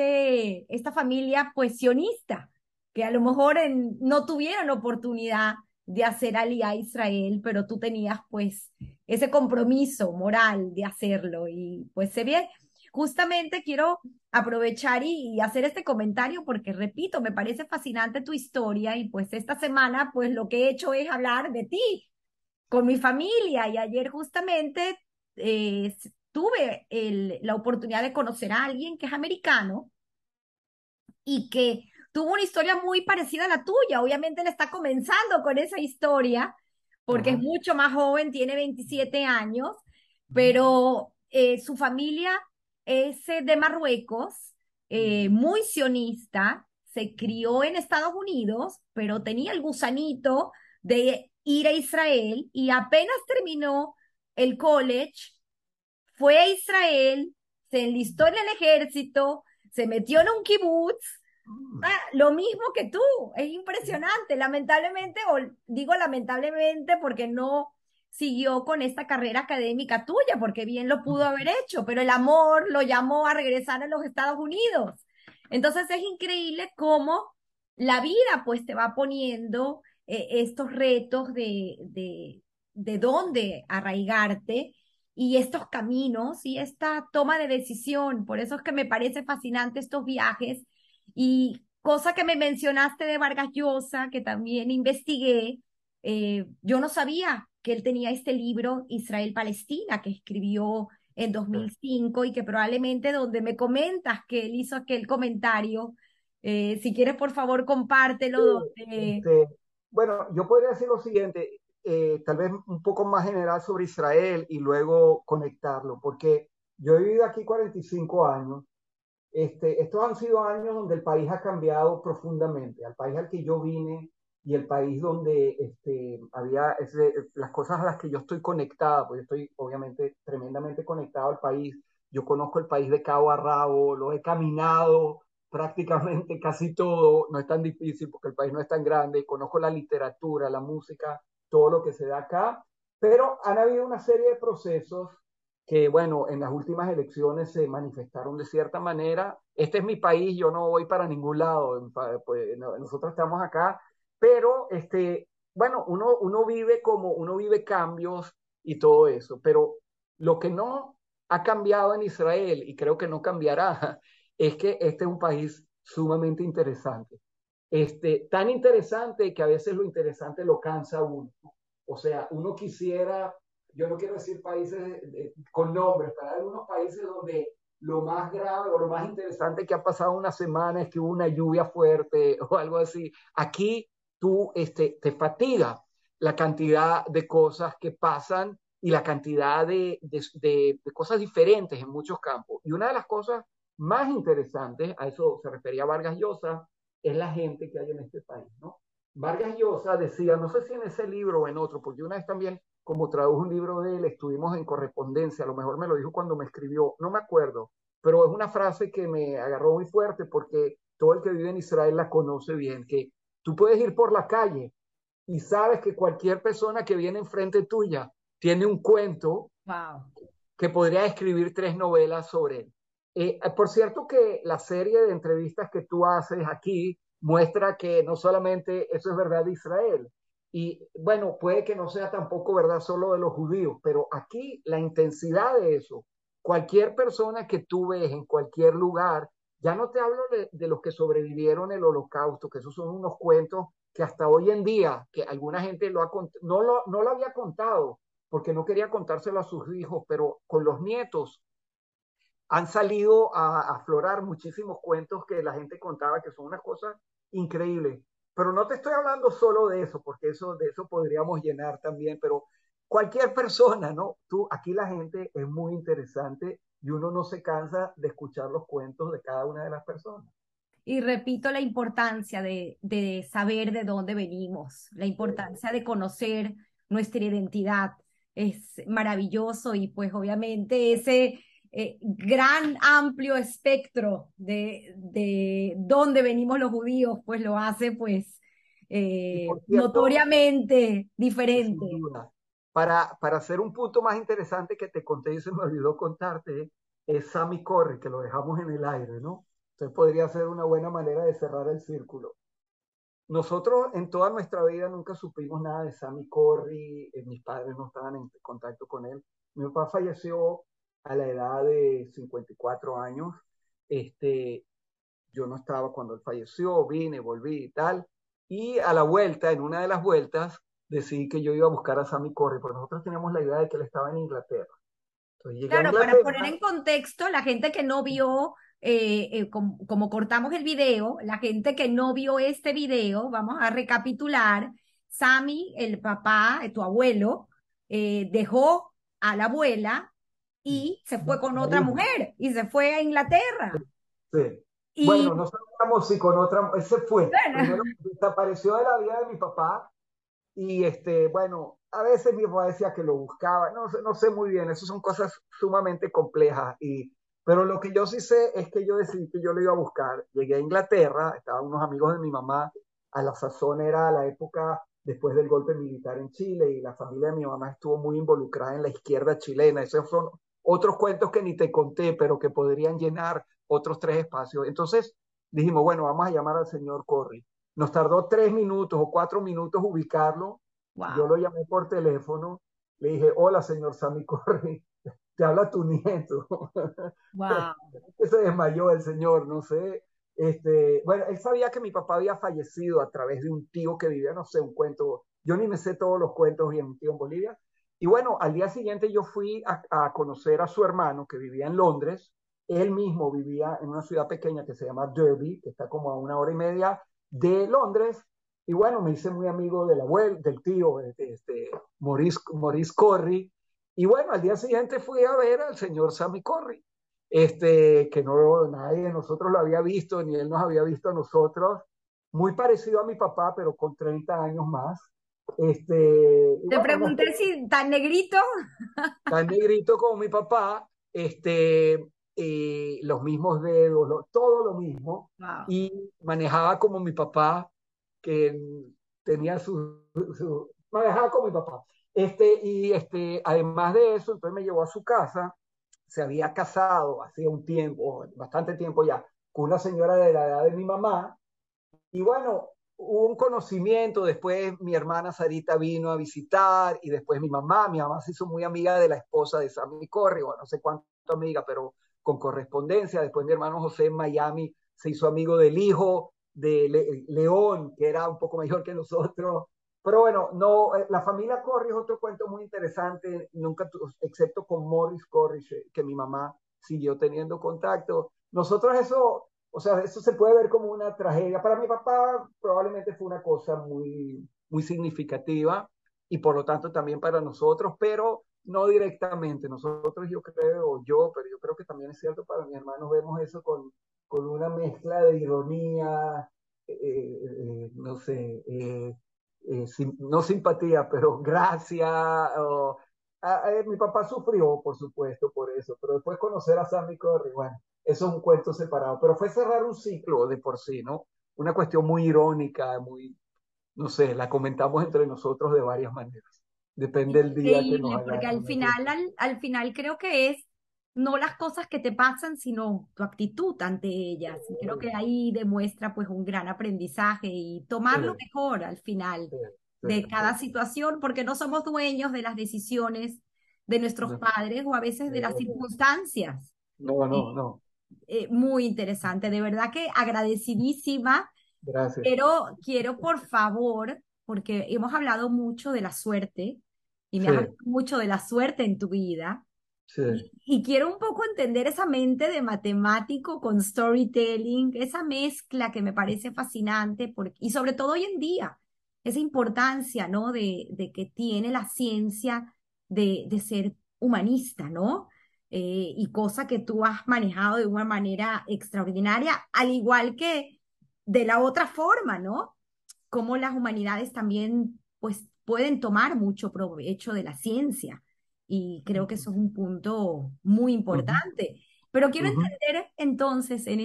esta familia pues sionista que a lo mejor no tuvieron oportunidad de hacer alía a Israel, pero tú tenías pues ese compromiso moral de hacerlo y pues se ve, justamente quiero aprovechar y hacer este comentario porque repito, me parece fascinante tu historia y pues esta semana pues lo que he hecho es hablar de ti con mi familia y ayer justamente tuve la oportunidad de conocer a alguien que es americano y que tuvo una historia muy parecida a la tuya. Obviamente él está comenzando con esa historia porque es Ajá. mucho más joven, tiene 27 años, pero su familia es de Marruecos, muy sionista, se crió en Estados Unidos, pero tenía el gusanito de ir a Israel y apenas terminó el college, fue a Israel, se enlistó en el ejército, se metió en un kibutz. Lo mismo que tú, es impresionante. Lamentablemente, o digo lamentablemente porque no siguió con esta carrera académica tuya, porque bien lo pudo haber hecho, pero el amor lo llamó a regresar a los Estados Unidos. Entonces es increíble cómo la vida pues te va poniendo estos retos de dónde arraigarte y estos caminos y esta toma de decisión. Por eso es que me parece fascinante estos viajes y cosa que me mencionaste de Vargas Llosa, que también investigué, yo no sabía que él tenía este libro, Israel-Palestina, que escribió en 2005 y que probablemente donde me comentas que él hizo aquel comentario, si quieres por favor compártelo, donde... Este, bueno, yo podría decir lo siguiente, tal vez un poco más general sobre Israel y luego conectarlo, porque yo he vivido aquí 45 años. Estos han sido años donde el país ha cambiado profundamente, al país al que yo vine y el país donde había las cosas a las que yo estoy conectada, porque yo estoy obviamente tremendamente conectado al país. Yo conozco el país de cabo a rabo, lo he caminado prácticamente casi todo, no es tan difícil porque el país no es tan grande, conozco la literatura, la música, todo lo que se da acá, pero han habido una serie de procesos que, bueno, en las últimas elecciones se manifestaron de cierta manera. Este es mi país, yo no voy para ningún lado, pues, nosotros estamos acá, pero bueno, uno vive como, uno vive cambios y todo eso, pero lo que no ha cambiado en Israel, y creo que no cambiará, es que este es un país sumamente interesante. Tan interesante que a veces lo interesante lo cansa a uno. O sea, uno quisiera, yo no quiero decir países con nombres, pero hay algunos países donde lo más grave o lo más interesante que ha pasado una semana es que hubo una lluvia fuerte o algo así. Aquí tú te fatiga la cantidad de cosas que pasan y la cantidad de cosas diferentes en muchos campos. Y una de las cosas más interesantes, a eso se refería Vargas Llosa, es la gente que hay en este país, ¿no? Vargas Llosa decía, no sé si en ese libro o en otro, porque una vez también, como tradujo un libro de él, estuvimos en correspondencia, a lo mejor me lo dijo cuando me escribió, no me acuerdo, pero es una frase que me agarró muy fuerte porque todo el que vive en Israel la conoce bien, que tú puedes ir por la calle y sabes que cualquier persona que viene enfrente tuya tiene un cuento Wow. que podría escribir tres novelas sobre él. Por cierto que la serie de entrevistas que tú haces aquí muestra que no solamente eso es verdad de Israel, y bueno, puede que no sea tampoco verdad solo de los judíos, pero aquí la intensidad de eso, cualquier persona que tú ves en cualquier lugar, ya no te hablo de los que sobrevivieron el holocausto, que esos son unos cuentos que hasta hoy en día, que alguna gente no lo había contado, porque no quería contárselo a sus hijos, pero con los nietos han salido a aflorar muchísimos cuentos que la gente contaba que son unas cosas increíbles. Pero no te estoy hablando solo de eso, porque de eso podríamos llenar también, pero cualquier persona, ¿no? Aquí la gente es muy interesante y uno no se cansa de escuchar los cuentos de cada una de las personas. Y repito la importancia de saber de dónde venimos, la importancia de conocer nuestra identidad. Es maravilloso y pues obviamente ese gran amplio espectro de dónde venimos los judíos, pues lo hace pues Y por cierto, notoriamente sin diferente. duda. Para hacer un punto más interesante que te conté y se me olvidó contarte, es Sammy Corry, que lo dejamos en el aire, ¿no? Entonces podría ser una buena manera de cerrar el círculo. Nosotros en toda nuestra vida nunca supimos nada de Sammy Corry, mis padres no estaban en contacto con él. Mi papá falleció a la edad de 54 años. Este, yo no estaba cuando él falleció, vine, volví y tal. Y a la vuelta, en una de las vueltas, decidí que yo iba a buscar a Sammy Corry, porque nosotros teníamos la idea de que él estaba en Inglaterra. Entonces llegué a Claro, para poner Inglaterra, en contexto, la gente que no vio, como cortamos el video, la gente que no vio este video, vamos a recapitular. Sammy, el papá, tu abuelo, dejó a la abuela y se fue con la otra hija, mujer y se fue a Inglaterra. sí. Bueno, Y no sabíamos si con otra, él se fue. Primero bueno, desapareció de la vida de mi papá y bueno, a veces mi papá decía que lo buscaba, no sé muy bien, eso son cosas sumamente complejas, pero lo que yo sí sé es que yo decidí que yo lo iba a buscar. Llegué a Inglaterra, estaban unos amigos de mi mamá, a la sazón era la época después del golpe militar en Chile y la familia de mi mamá estuvo muy involucrada en la izquierda chilena. Esos son otros cuentos que ni te conté, pero que podrían llenar otros tres espacios. Entonces dijimos, bueno, vamos a llamar al señor Corry. Nos tardó 3 minutos o 4 minutos ubicarlo. Yo wow, lo llamé por teléfono, le dije, hola, señor Sammy Corry, te habla tu nieto. wow, Se desmayó el señor, no sé. Bueno, él sabía que mi papá había fallecido a través de un tío que vivía, no sé, un cuento. Yo ni me sé todos los cuentos bien, un tío en Bolivia. Y bueno, al día siguiente yo fui a conocer a su hermano que vivía en Londres. Él mismo vivía en una ciudad pequeña que se llama Derby, que está como a 1 hora y media de Londres. Y bueno, me hice muy amigo del abuelo, del tío, Maurice Corry. Y bueno, al día siguiente fui a ver al señor Sammy Corry, que no nadie de nosotros lo había visto, ni él nos había visto a nosotros. Muy parecido a mi papá, pero con 30 años más. Y te bueno, una pregunté experiencia si tan negrito. tan negrito como mi papá, los mismos dedos, todo lo mismo, Wow. y manejaba como mi papá, que tenía manejaba como mi papá. Además de eso, entonces me llevó a su casa, se había casado hacía un tiempo, bastante tiempo ya, con una señora de la edad de mi mamá, y bueno, hubo un conocimiento, después mi hermana Sarita vino a visitar y después mi mamá se hizo muy amiga de la esposa de Sammy Corry, bueno, no sé cuánto amiga, pero con correspondencia, después mi hermano José en Miami se hizo amigo del hijo de León, que era un poco mayor que nosotros, pero bueno, no, la familia Corry es otro cuento muy interesante, nunca, excepto con Morris Corry, que mi mamá siguió teniendo contacto. Nosotros eso, o sea, eso se puede ver como una tragedia. Para mi papá probablemente fue una cosa muy, muy significativa y por lo tanto también para nosotros, pero no directamente. Nosotros pero yo creo que también es cierto para mis hermanos, vemos eso con una mezcla de ironía, no sé, no simpatía, pero gracia. Mi papá sufrió, por supuesto, por eso, pero después conocer a Sammy Corry, bueno, eso es un cuento separado, pero fue cerrar un ciclo de por sí, ¿no? Una cuestión muy irónica, muy, no sé, la comentamos entre nosotros de varias maneras. Depende del día que nos Increíble, porque agarre. ¿No? Sí, al final creo que es no las cosas que te pasan, sino tu actitud ante ellas. Y creo que ahí demuestra pues un gran aprendizaje y sí, tomar lo mejor al final sí, sí, de sí. cada situación, porque no somos dueños de las decisiones de nuestros No, padres o a veces de las circunstancias. no, Eh, no, no. Muy interesante, de verdad que agradecidísima, Gracias. pero quiero por favor, porque hemos hablado mucho de la suerte y me Sí, has hablado mucho de la suerte en tu vida. sí. Y quiero un poco entender esa mente de matemático con storytelling, esa mezcla que me parece fascinante, y sobre todo hoy en día, esa importancia, ¿no? De que tiene la ciencia de ser humanista, ¿no? Y cosa que tú has manejado de una manera extraordinaria, al igual que de la otra forma, ¿no? Cómo las humanidades también, pues, pueden tomar mucho provecho de la ciencia. Y creo que eso es un punto muy Ujú, importante. Pero quiero ujú. entender entonces en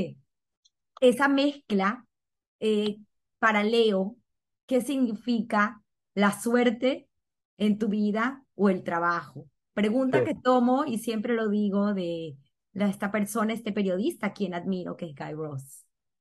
esa mezcla eh, para Leo, ¿qué significa la suerte en tu vida o el trabajo? Sí. Pregunta que tomo y siempre lo digo de esta persona, este periodista, a quien admiro, que es Guy Ross.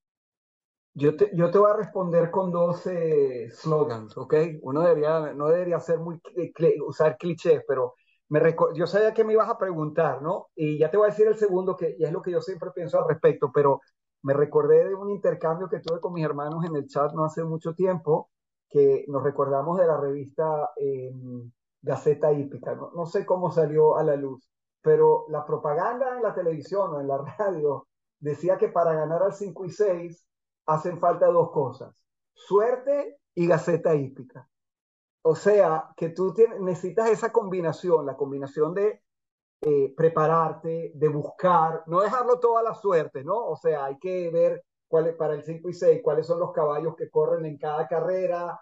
Yo te voy a responder con dos slogans, ¿ok? Uno debería, no debería ser muy usar clichés, pero yo sabía que me ibas a preguntar, ¿no? Y ya te voy a decir el segundo, que y es lo que yo siempre pienso al respecto, pero me recordé de un intercambio que tuve con mis hermanos en el chat no hace mucho tiempo, que nos recordamos de la revista Gaceta Hípica, ¿no? No sé cómo salió a la luz, pero la propaganda en la televisión o en la radio decía que para ganar al 5 y 6 hacen falta dos cosas, suerte y gaceta hípica. O sea, que necesitas esa combinación, la combinación de prepararte, de buscar, no dejarlo todo a la suerte, ¿no? O sea, hay que ver para el 5 y 6 cuáles son los caballos que corren en cada carrera,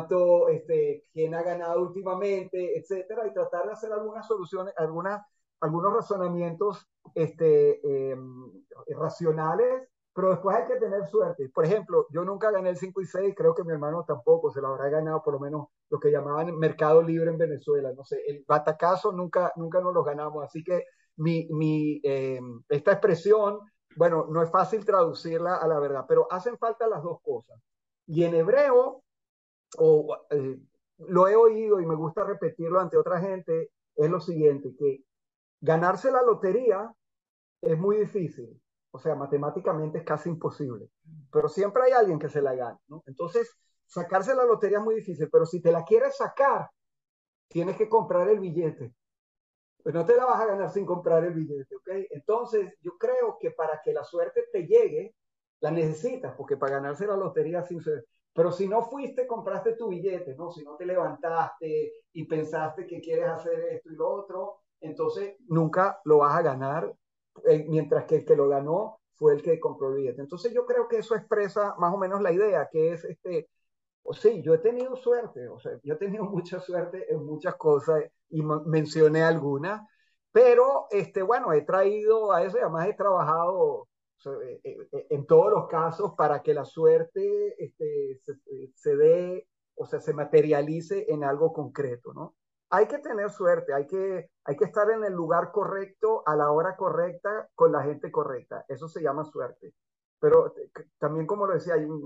quién ha ganado últimamente, etcétera, y tratar de hacer algunas soluciones, algunos razonamientos racionales, pero después hay que tener suerte. Por ejemplo, yo nunca gané el 5 y 6, creo que mi hermano tampoco, se lo habrá ganado por lo menos lo que llamaban mercado libre en Venezuela, no sé, el batacazo nunca nos lo ganamos, así que esta expresión, bueno, no es fácil traducirla a la verdad, pero hacen falta las dos cosas. Y en hebreo, o lo he oído y me gusta repetirlo ante otra gente, es lo siguiente, que ganarse la lotería es muy difícil, o sea, matemáticamente es casi imposible, pero siempre hay alguien que se la gana, ¿no? Entonces, sacarse la lotería es muy difícil, pero si te la quieres sacar, tienes que comprar el billete. Pues no te la vas a ganar sin comprar el billete, ¿ok? Entonces, yo creo que para que la suerte te llegue, la necesitas, porque para ganarse la lotería sin ser. Pero si no fuiste, compraste tu billete, ¿no? Si no te levantaste y pensaste que quieres hacer esto y lo otro, entonces nunca lo vas a ganar, mientras que el que lo ganó fue el que compró el billete. Entonces yo creo que eso expresa más o menos la idea, que es o sí, yo he tenido suerte, o sea, yo he tenido mucha suerte en muchas cosas y mencioné algunas, pero bueno, he traído a eso y además he trabajado o sea, en todos los casos para que la suerte se dé, o sea, se materialice en algo concreto, ¿no? Hay que tener suerte, hay que estar en el lugar correcto, a la hora correcta, con la gente correcta. Eso se llama suerte. Pero también, como lo decía,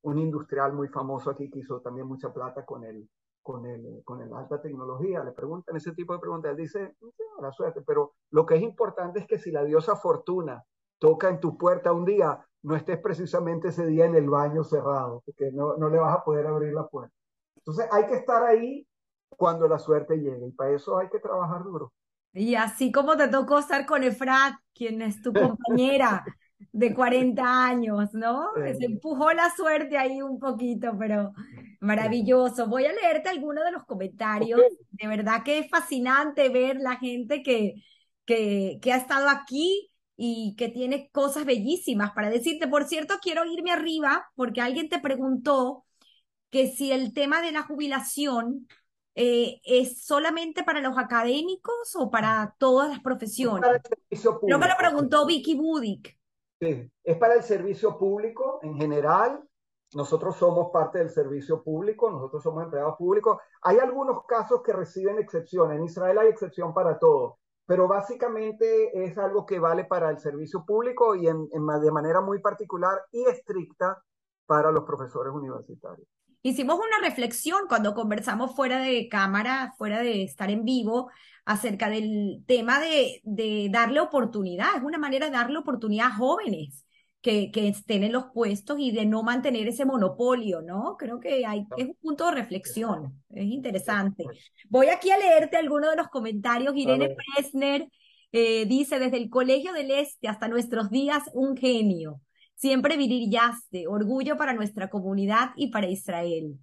un industrial muy famoso aquí que hizo también mucha plata con el alta tecnología. Le preguntan ese tipo de preguntas. Él dice, "No, la suerte, pero lo que es importante es que si la diosa Fortuna toca en tu puerta un día, no estés precisamente ese día en el baño cerrado, porque no le vas a poder abrir la puerta. Entonces hay que estar ahí cuando la suerte llegue y para eso hay que trabajar duro. Y así como te tocó estar con Efrat, quien es tu compañera de 40 años, ¿no? Se Eh, empujó la suerte ahí un poquito, pero maravilloso. Voy a leerte algunos de los ok, comentarios. De verdad que es fascinante ver la gente que ha estado aquí y que tiene cosas bellísimas para decirte. Por cierto, quiero irme arriba porque alguien te preguntó que si el tema de la jubilación es solamente para los académicos o para todas las es profesiones. para el servicio Creo que lo público. preguntó Vicky Budic. Sí, es para el servicio público en general. Nosotros somos parte del servicio público, nosotros somos empleados públicos. Hay algunos casos que reciben excepciones. En Israel hay excepción para todo, pero básicamente es algo que vale para el servicio público y de manera muy particular y estricta para los profesores universitarios. Hicimos una reflexión cuando conversamos fuera de cámara, fuera de estar en vivo, acerca del tema de darle oportunidad. Es una manera de darle oportunidad a jóvenes que estén en los puestos y de no mantener ese monopolio, ¿no? Creo que es un punto de reflexión. Es interesante. Voy aquí a leerte algunos de los comentarios. A Irene ver, Presner dice, desde el Colegio del Este hasta nuestros días, un genio. Siempre brillaste, orgullo para nuestra comunidad y para Israel.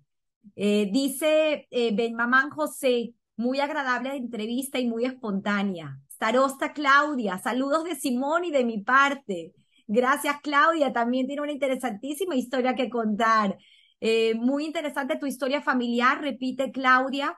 Dice Ben Mamán José, muy agradable la entrevista y muy espontánea. Starosta Claudia, saludos de Simón y de mi parte. Gracias, Claudia. También tiene una interesantísima historia que contar. Muy interesante tu historia familiar, repite Claudia,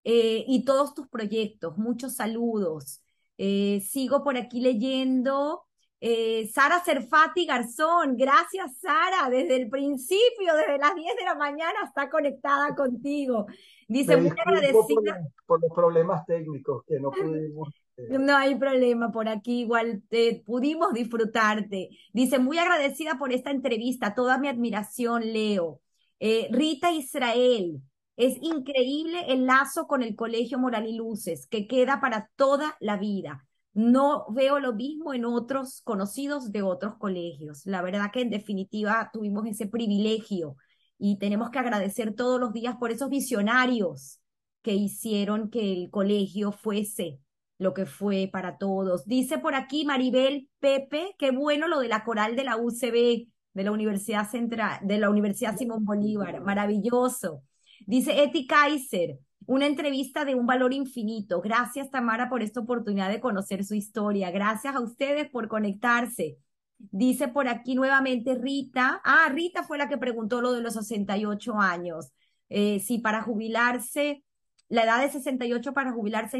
y todos tus proyectos. Muchos saludos. Sigo por aquí leyendo. Sara Serfati Garzón, gracias Sara, desde el principio, desde las 10 de la mañana está conectada contigo. Dice, me muy disculpo por, agradecida. por los problemas técnicos que no pudimos. No hay problema, por aquí igual pudimos disfrutarte. Dice, muy agradecida por esta entrevista, toda mi admiración, Leo. Rita Israel, es increíble el lazo con el Colegio Moral y Luces, que queda para toda la vida. No veo lo mismo en otros conocidos de otros colegios. La verdad que en definitiva tuvimos ese privilegio y tenemos que agradecer todos los días por esos visionarios que hicieron que el colegio fuese lo que fue para todos. Dice por aquí Maribel Pepe, qué bueno lo de la coral de la UCB, de la Universidad Central, de la Universidad Simón Bolívar, maravilloso. Dice Eti Kaiser, una entrevista de un valor infinito. Gracias, Tamara, por esta oportunidad de conocer su historia. Gracias a ustedes por conectarse. Dice por aquí nuevamente Rita. Ah, Rita fue la que preguntó lo de los 68 años. Si para jubilarse, la edad de 68 para jubilarse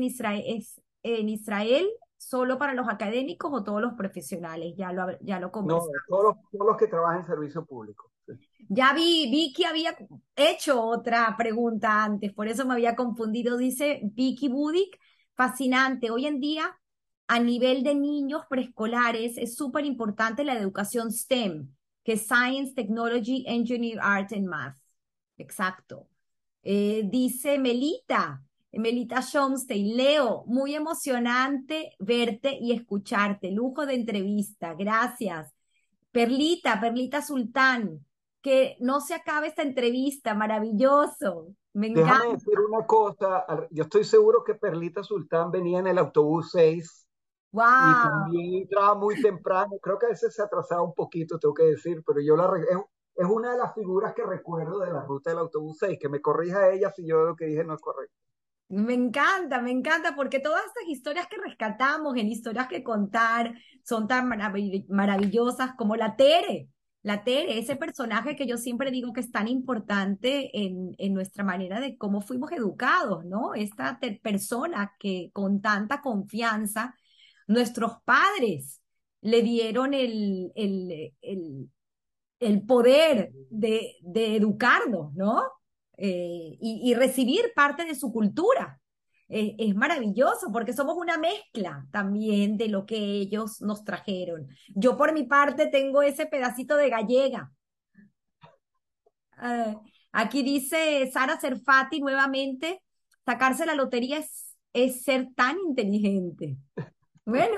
en Israel solo para los académicos o todos los profesionales. Ya lo No, conversamos. todos los que trabajan en servicio público. Sí. Ya vi que había hecho otra pregunta antes, por eso me había confundido. Dice Vicky Budic, fascinante. Hoy en día, a nivel de niños preescolares, es súper importante la educación STEM, que es Science, Technology, Engineering, Art and Math. Exacto. Dice Melita Schomstein, Leo, muy emocionante verte y escucharte. Lujo de entrevista, gracias. Perlita Sultán, que no se acabe esta entrevista, maravilloso, me encanta. Déjame decir una cosa, yo estoy seguro que Perlita Sultán venía en el autobús 6 y Wow, también entraba muy temprano, creo que a veces se atrasaba un poquito, tengo que decir, pero es una de las figuras que recuerdo de la ruta del autobús 6, que me corrija ella si yo lo que dije no es correcto. me encanta, porque todas estas historias que rescatamos en historias que contar son tan maravillosas como la Tere, ese personaje que yo siempre digo que es tan importante en nuestra manera de cómo fuimos educados, ¿no? Esta persona que con tanta confianza nuestros padres le dieron el poder de educarnos, ¿no? Y recibir parte de su cultura. Es maravilloso porque somos una mezcla también de lo que ellos nos trajeron. Yo por mi parte tengo ese pedacito de gallega. Eh, Aquí dice Sara Serfati nuevamente, sacarse la lotería es ser tan inteligente. Bueno,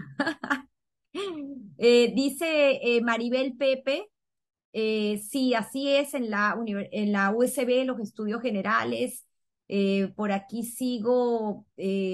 dice Maribel Pepe, sí, así es en la USB, los estudios generales. Por aquí sigo,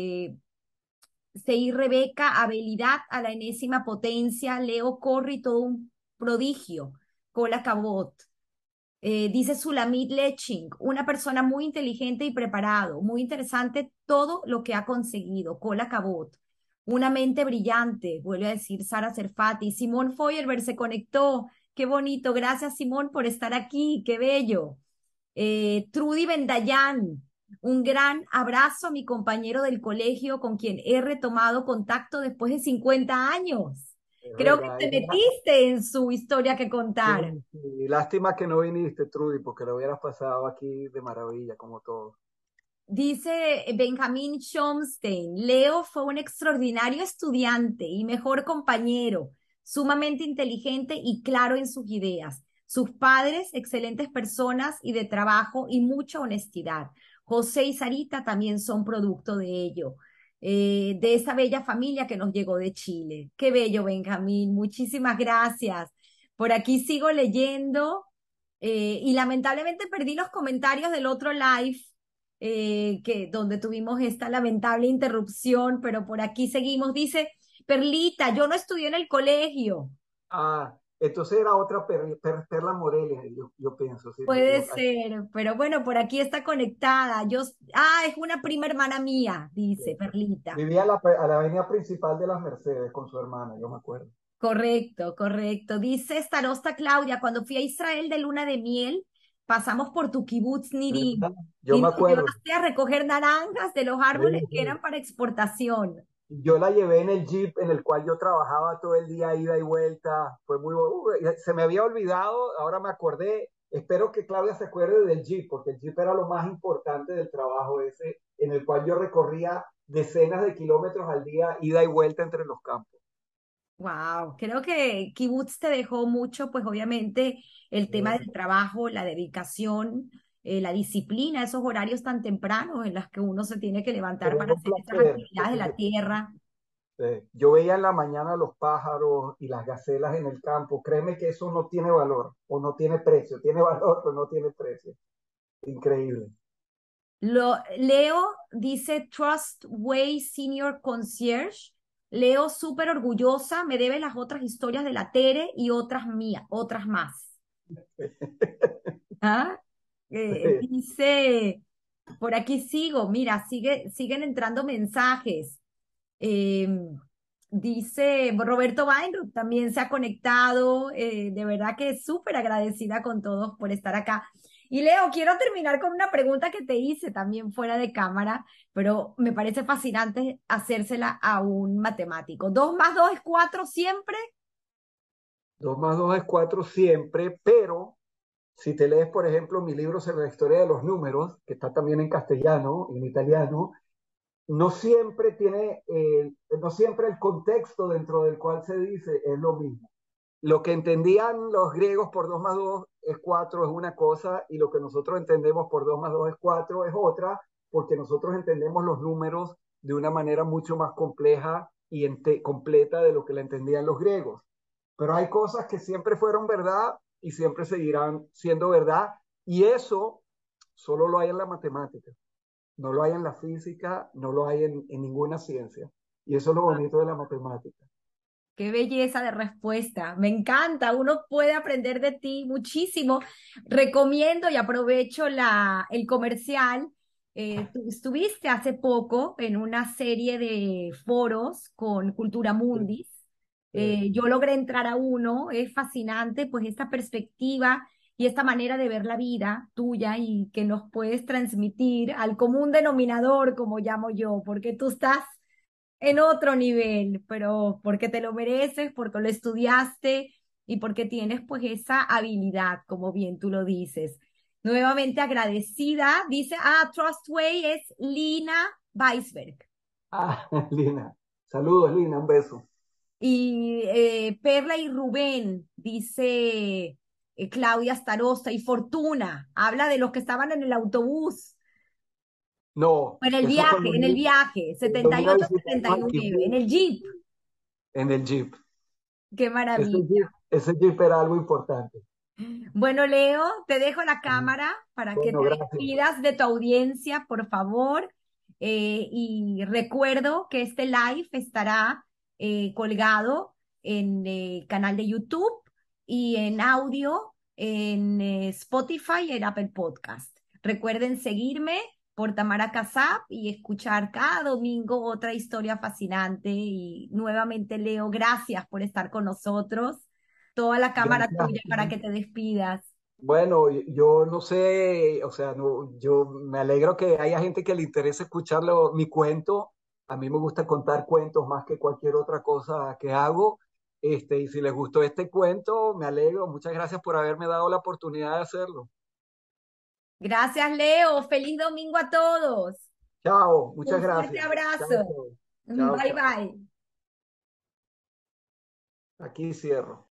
Sei Rebeca, habilidad a la enésima potencia, Leo Corri, todo un prodigio. Cola Cabot. Dice Sulamit Leching, una persona muy inteligente y preparado, muy interesante todo lo que ha conseguido. Cola Cabot, una mente brillante, vuelve a decir Sara Serfati. Simón Feuerberg se conectó, qué bonito, gracias Simón por estar aquí, qué bello. Trudy Bendayán, un gran abrazo a mi compañero del colegio con quien he retomado contacto después de 50 años. Es Creo que verdad. te metiste en su historia que contar. Sí, sí. Lástima que no viniste, Trudy, porque lo hubieras pasado aquí de maravilla, como todo. Dice Benjamin Schomstein, Leo fue un extraordinario estudiante y mejor compañero, sumamente inteligente y claro en sus ideas. Sus padres, excelentes personas y de trabajo y mucha honestidad. José y Sarita también son producto de ello, de esa bella familia que nos llegó de Chile. Qué bello, Benjamín. Muchísimas gracias. Por aquí sigo leyendo y lamentablemente perdí los comentarios del otro live donde tuvimos esta lamentable interrupción, pero por aquí seguimos. Dice, Perlita, yo no estudié en el colegio. Ah, entonces era otra Perla Morelia, yo pienso, sí, Puede ser, pero bueno, por aquí está conectada. Es una prima hermana mía, dice Perlita. vivía a la avenida principal de las Mercedes con su hermana, yo me acuerdo. Correcto, correcto. Dice Starosta Claudia, cuando fui a Israel de luna de miel, pasamos por tu kibutz ¿Verdad? Nirim Yo y me nos acuerdo. llevaste a recoger naranjas de los Sí, árboles que sí. eran para exportación. Yo la llevé en el Jeep en el cual yo trabajaba todo el día, ida y vuelta. Fue muy se me había olvidado, ahora me acordé. Espero que Claudia se acuerde del Jeep, porque el Jeep era lo más importante del trabajo ese, en el cual yo recorría decenas de kilómetros al día, ida y vuelta entre los campos. Wow, creo que Kibutz te dejó mucho, pues obviamente el tema del trabajo, la dedicación, la disciplina, esos horarios tan tempranos en los que uno se tiene que levantar Pero para era un hacer estas placer, actividades de porque la tierra. yo veía en la mañana los pájaros y las gacelas en el campo. Créeme que eso no tiene valor o no tiene precio. Tiene valor, pero no tiene precio. Increíble. Leo dice Trustway Senior Concierge. Leo súper orgullosa, me debe las otras historias de la Tere y otras mías, otras más. ¿Ah? Dice, por aquí sigo, mira, siguen entrando mensajes. Eh, Dice Roberto Weinrub, también se ha conectado. De verdad que súper agradecida con todos por estar acá. Y Leo, quiero terminar con una pregunta que te hice también fuera de cámara, pero me parece fascinante hacérsela a un matemático. ¿Dos más dos es cuatro siempre? 2 más 2 es 4 siempre, pero si te lees, por ejemplo, mi libro sobre la historia de los números, que está también en castellano, en italiano, no siempre no siempre el contexto dentro del cual se dice es lo mismo. Lo que entendían los griegos por 2 más 2 es 4 es una cosa, y lo que nosotros entendemos por 2 más 2 es 4 es otra, porque nosotros entendemos los números de una manera mucho más compleja y completa de lo que la entendían los griegos. Pero hay cosas que siempre fueron verdad y siempre seguirán siendo verdad, y eso solo lo hay en la matemática, no lo hay en la física, no lo hay en ninguna ciencia. Y eso es lo bonito de la matemática. Qué belleza de respuesta. Me encanta. Uno puede aprender de ti muchísimo. Recomiendo y aprovecho el comercial. Tú estuviste hace poco en una serie de foros con Cultura Sí, Mundis. sí. Yo logré entrar a uno. Es fascinante, pues, esta perspectiva y esta manera de ver la vida tuya y que nos puedes transmitir al común denominador, como llamo yo, porque tú estás en otro nivel, pero porque te lo mereces, porque lo estudiaste y porque tienes pues esa habilidad, como bien tú lo dices. Nuevamente agradecida, dice, Trustway es Lina Weisberg. Ah, Lina. Saludos, Lina, un beso. Y Perla y Rubén, dice Claudia Starosta y Fortuna. Habla de los que estaban en el autobús, No, o eso fue en el viaje, cuando setenta y vine a ocho setenta y visitarnos a nueve en Quibdó el Jeep. en el Jeep. Qué maravilla. Ese Jeep era algo importante. Bueno, Leo, te dejo la cámara para que Bueno, te gracias. despidas de tu audiencia, por favor. Y recuerdo que este live estará colgado en el canal de YouTube y en audio en Spotify y en Apple Podcast. Recuerden seguirme por Tamara Casab y escuchar cada domingo otra historia fascinante. Y nuevamente, Leo, gracias por estar con nosotros. Toda la cámara Gracias. tuya para que te despidas. Bueno, yo no sé, o sea, no, yo me alegro que haya gente que le interese escucharlo, mi cuento. A mí me gusta contar cuentos más que cualquier otra cosa que hago. Y si les gustó este cuento, me alegro. Muchas gracias por haberme dado la oportunidad de hacerlo. Gracias, Leo. Feliz domingo a todos. Chao, muchas Un fuerte gracias. Chao, abrazo. chao, chao, Bye chao. bye. Aquí cierro.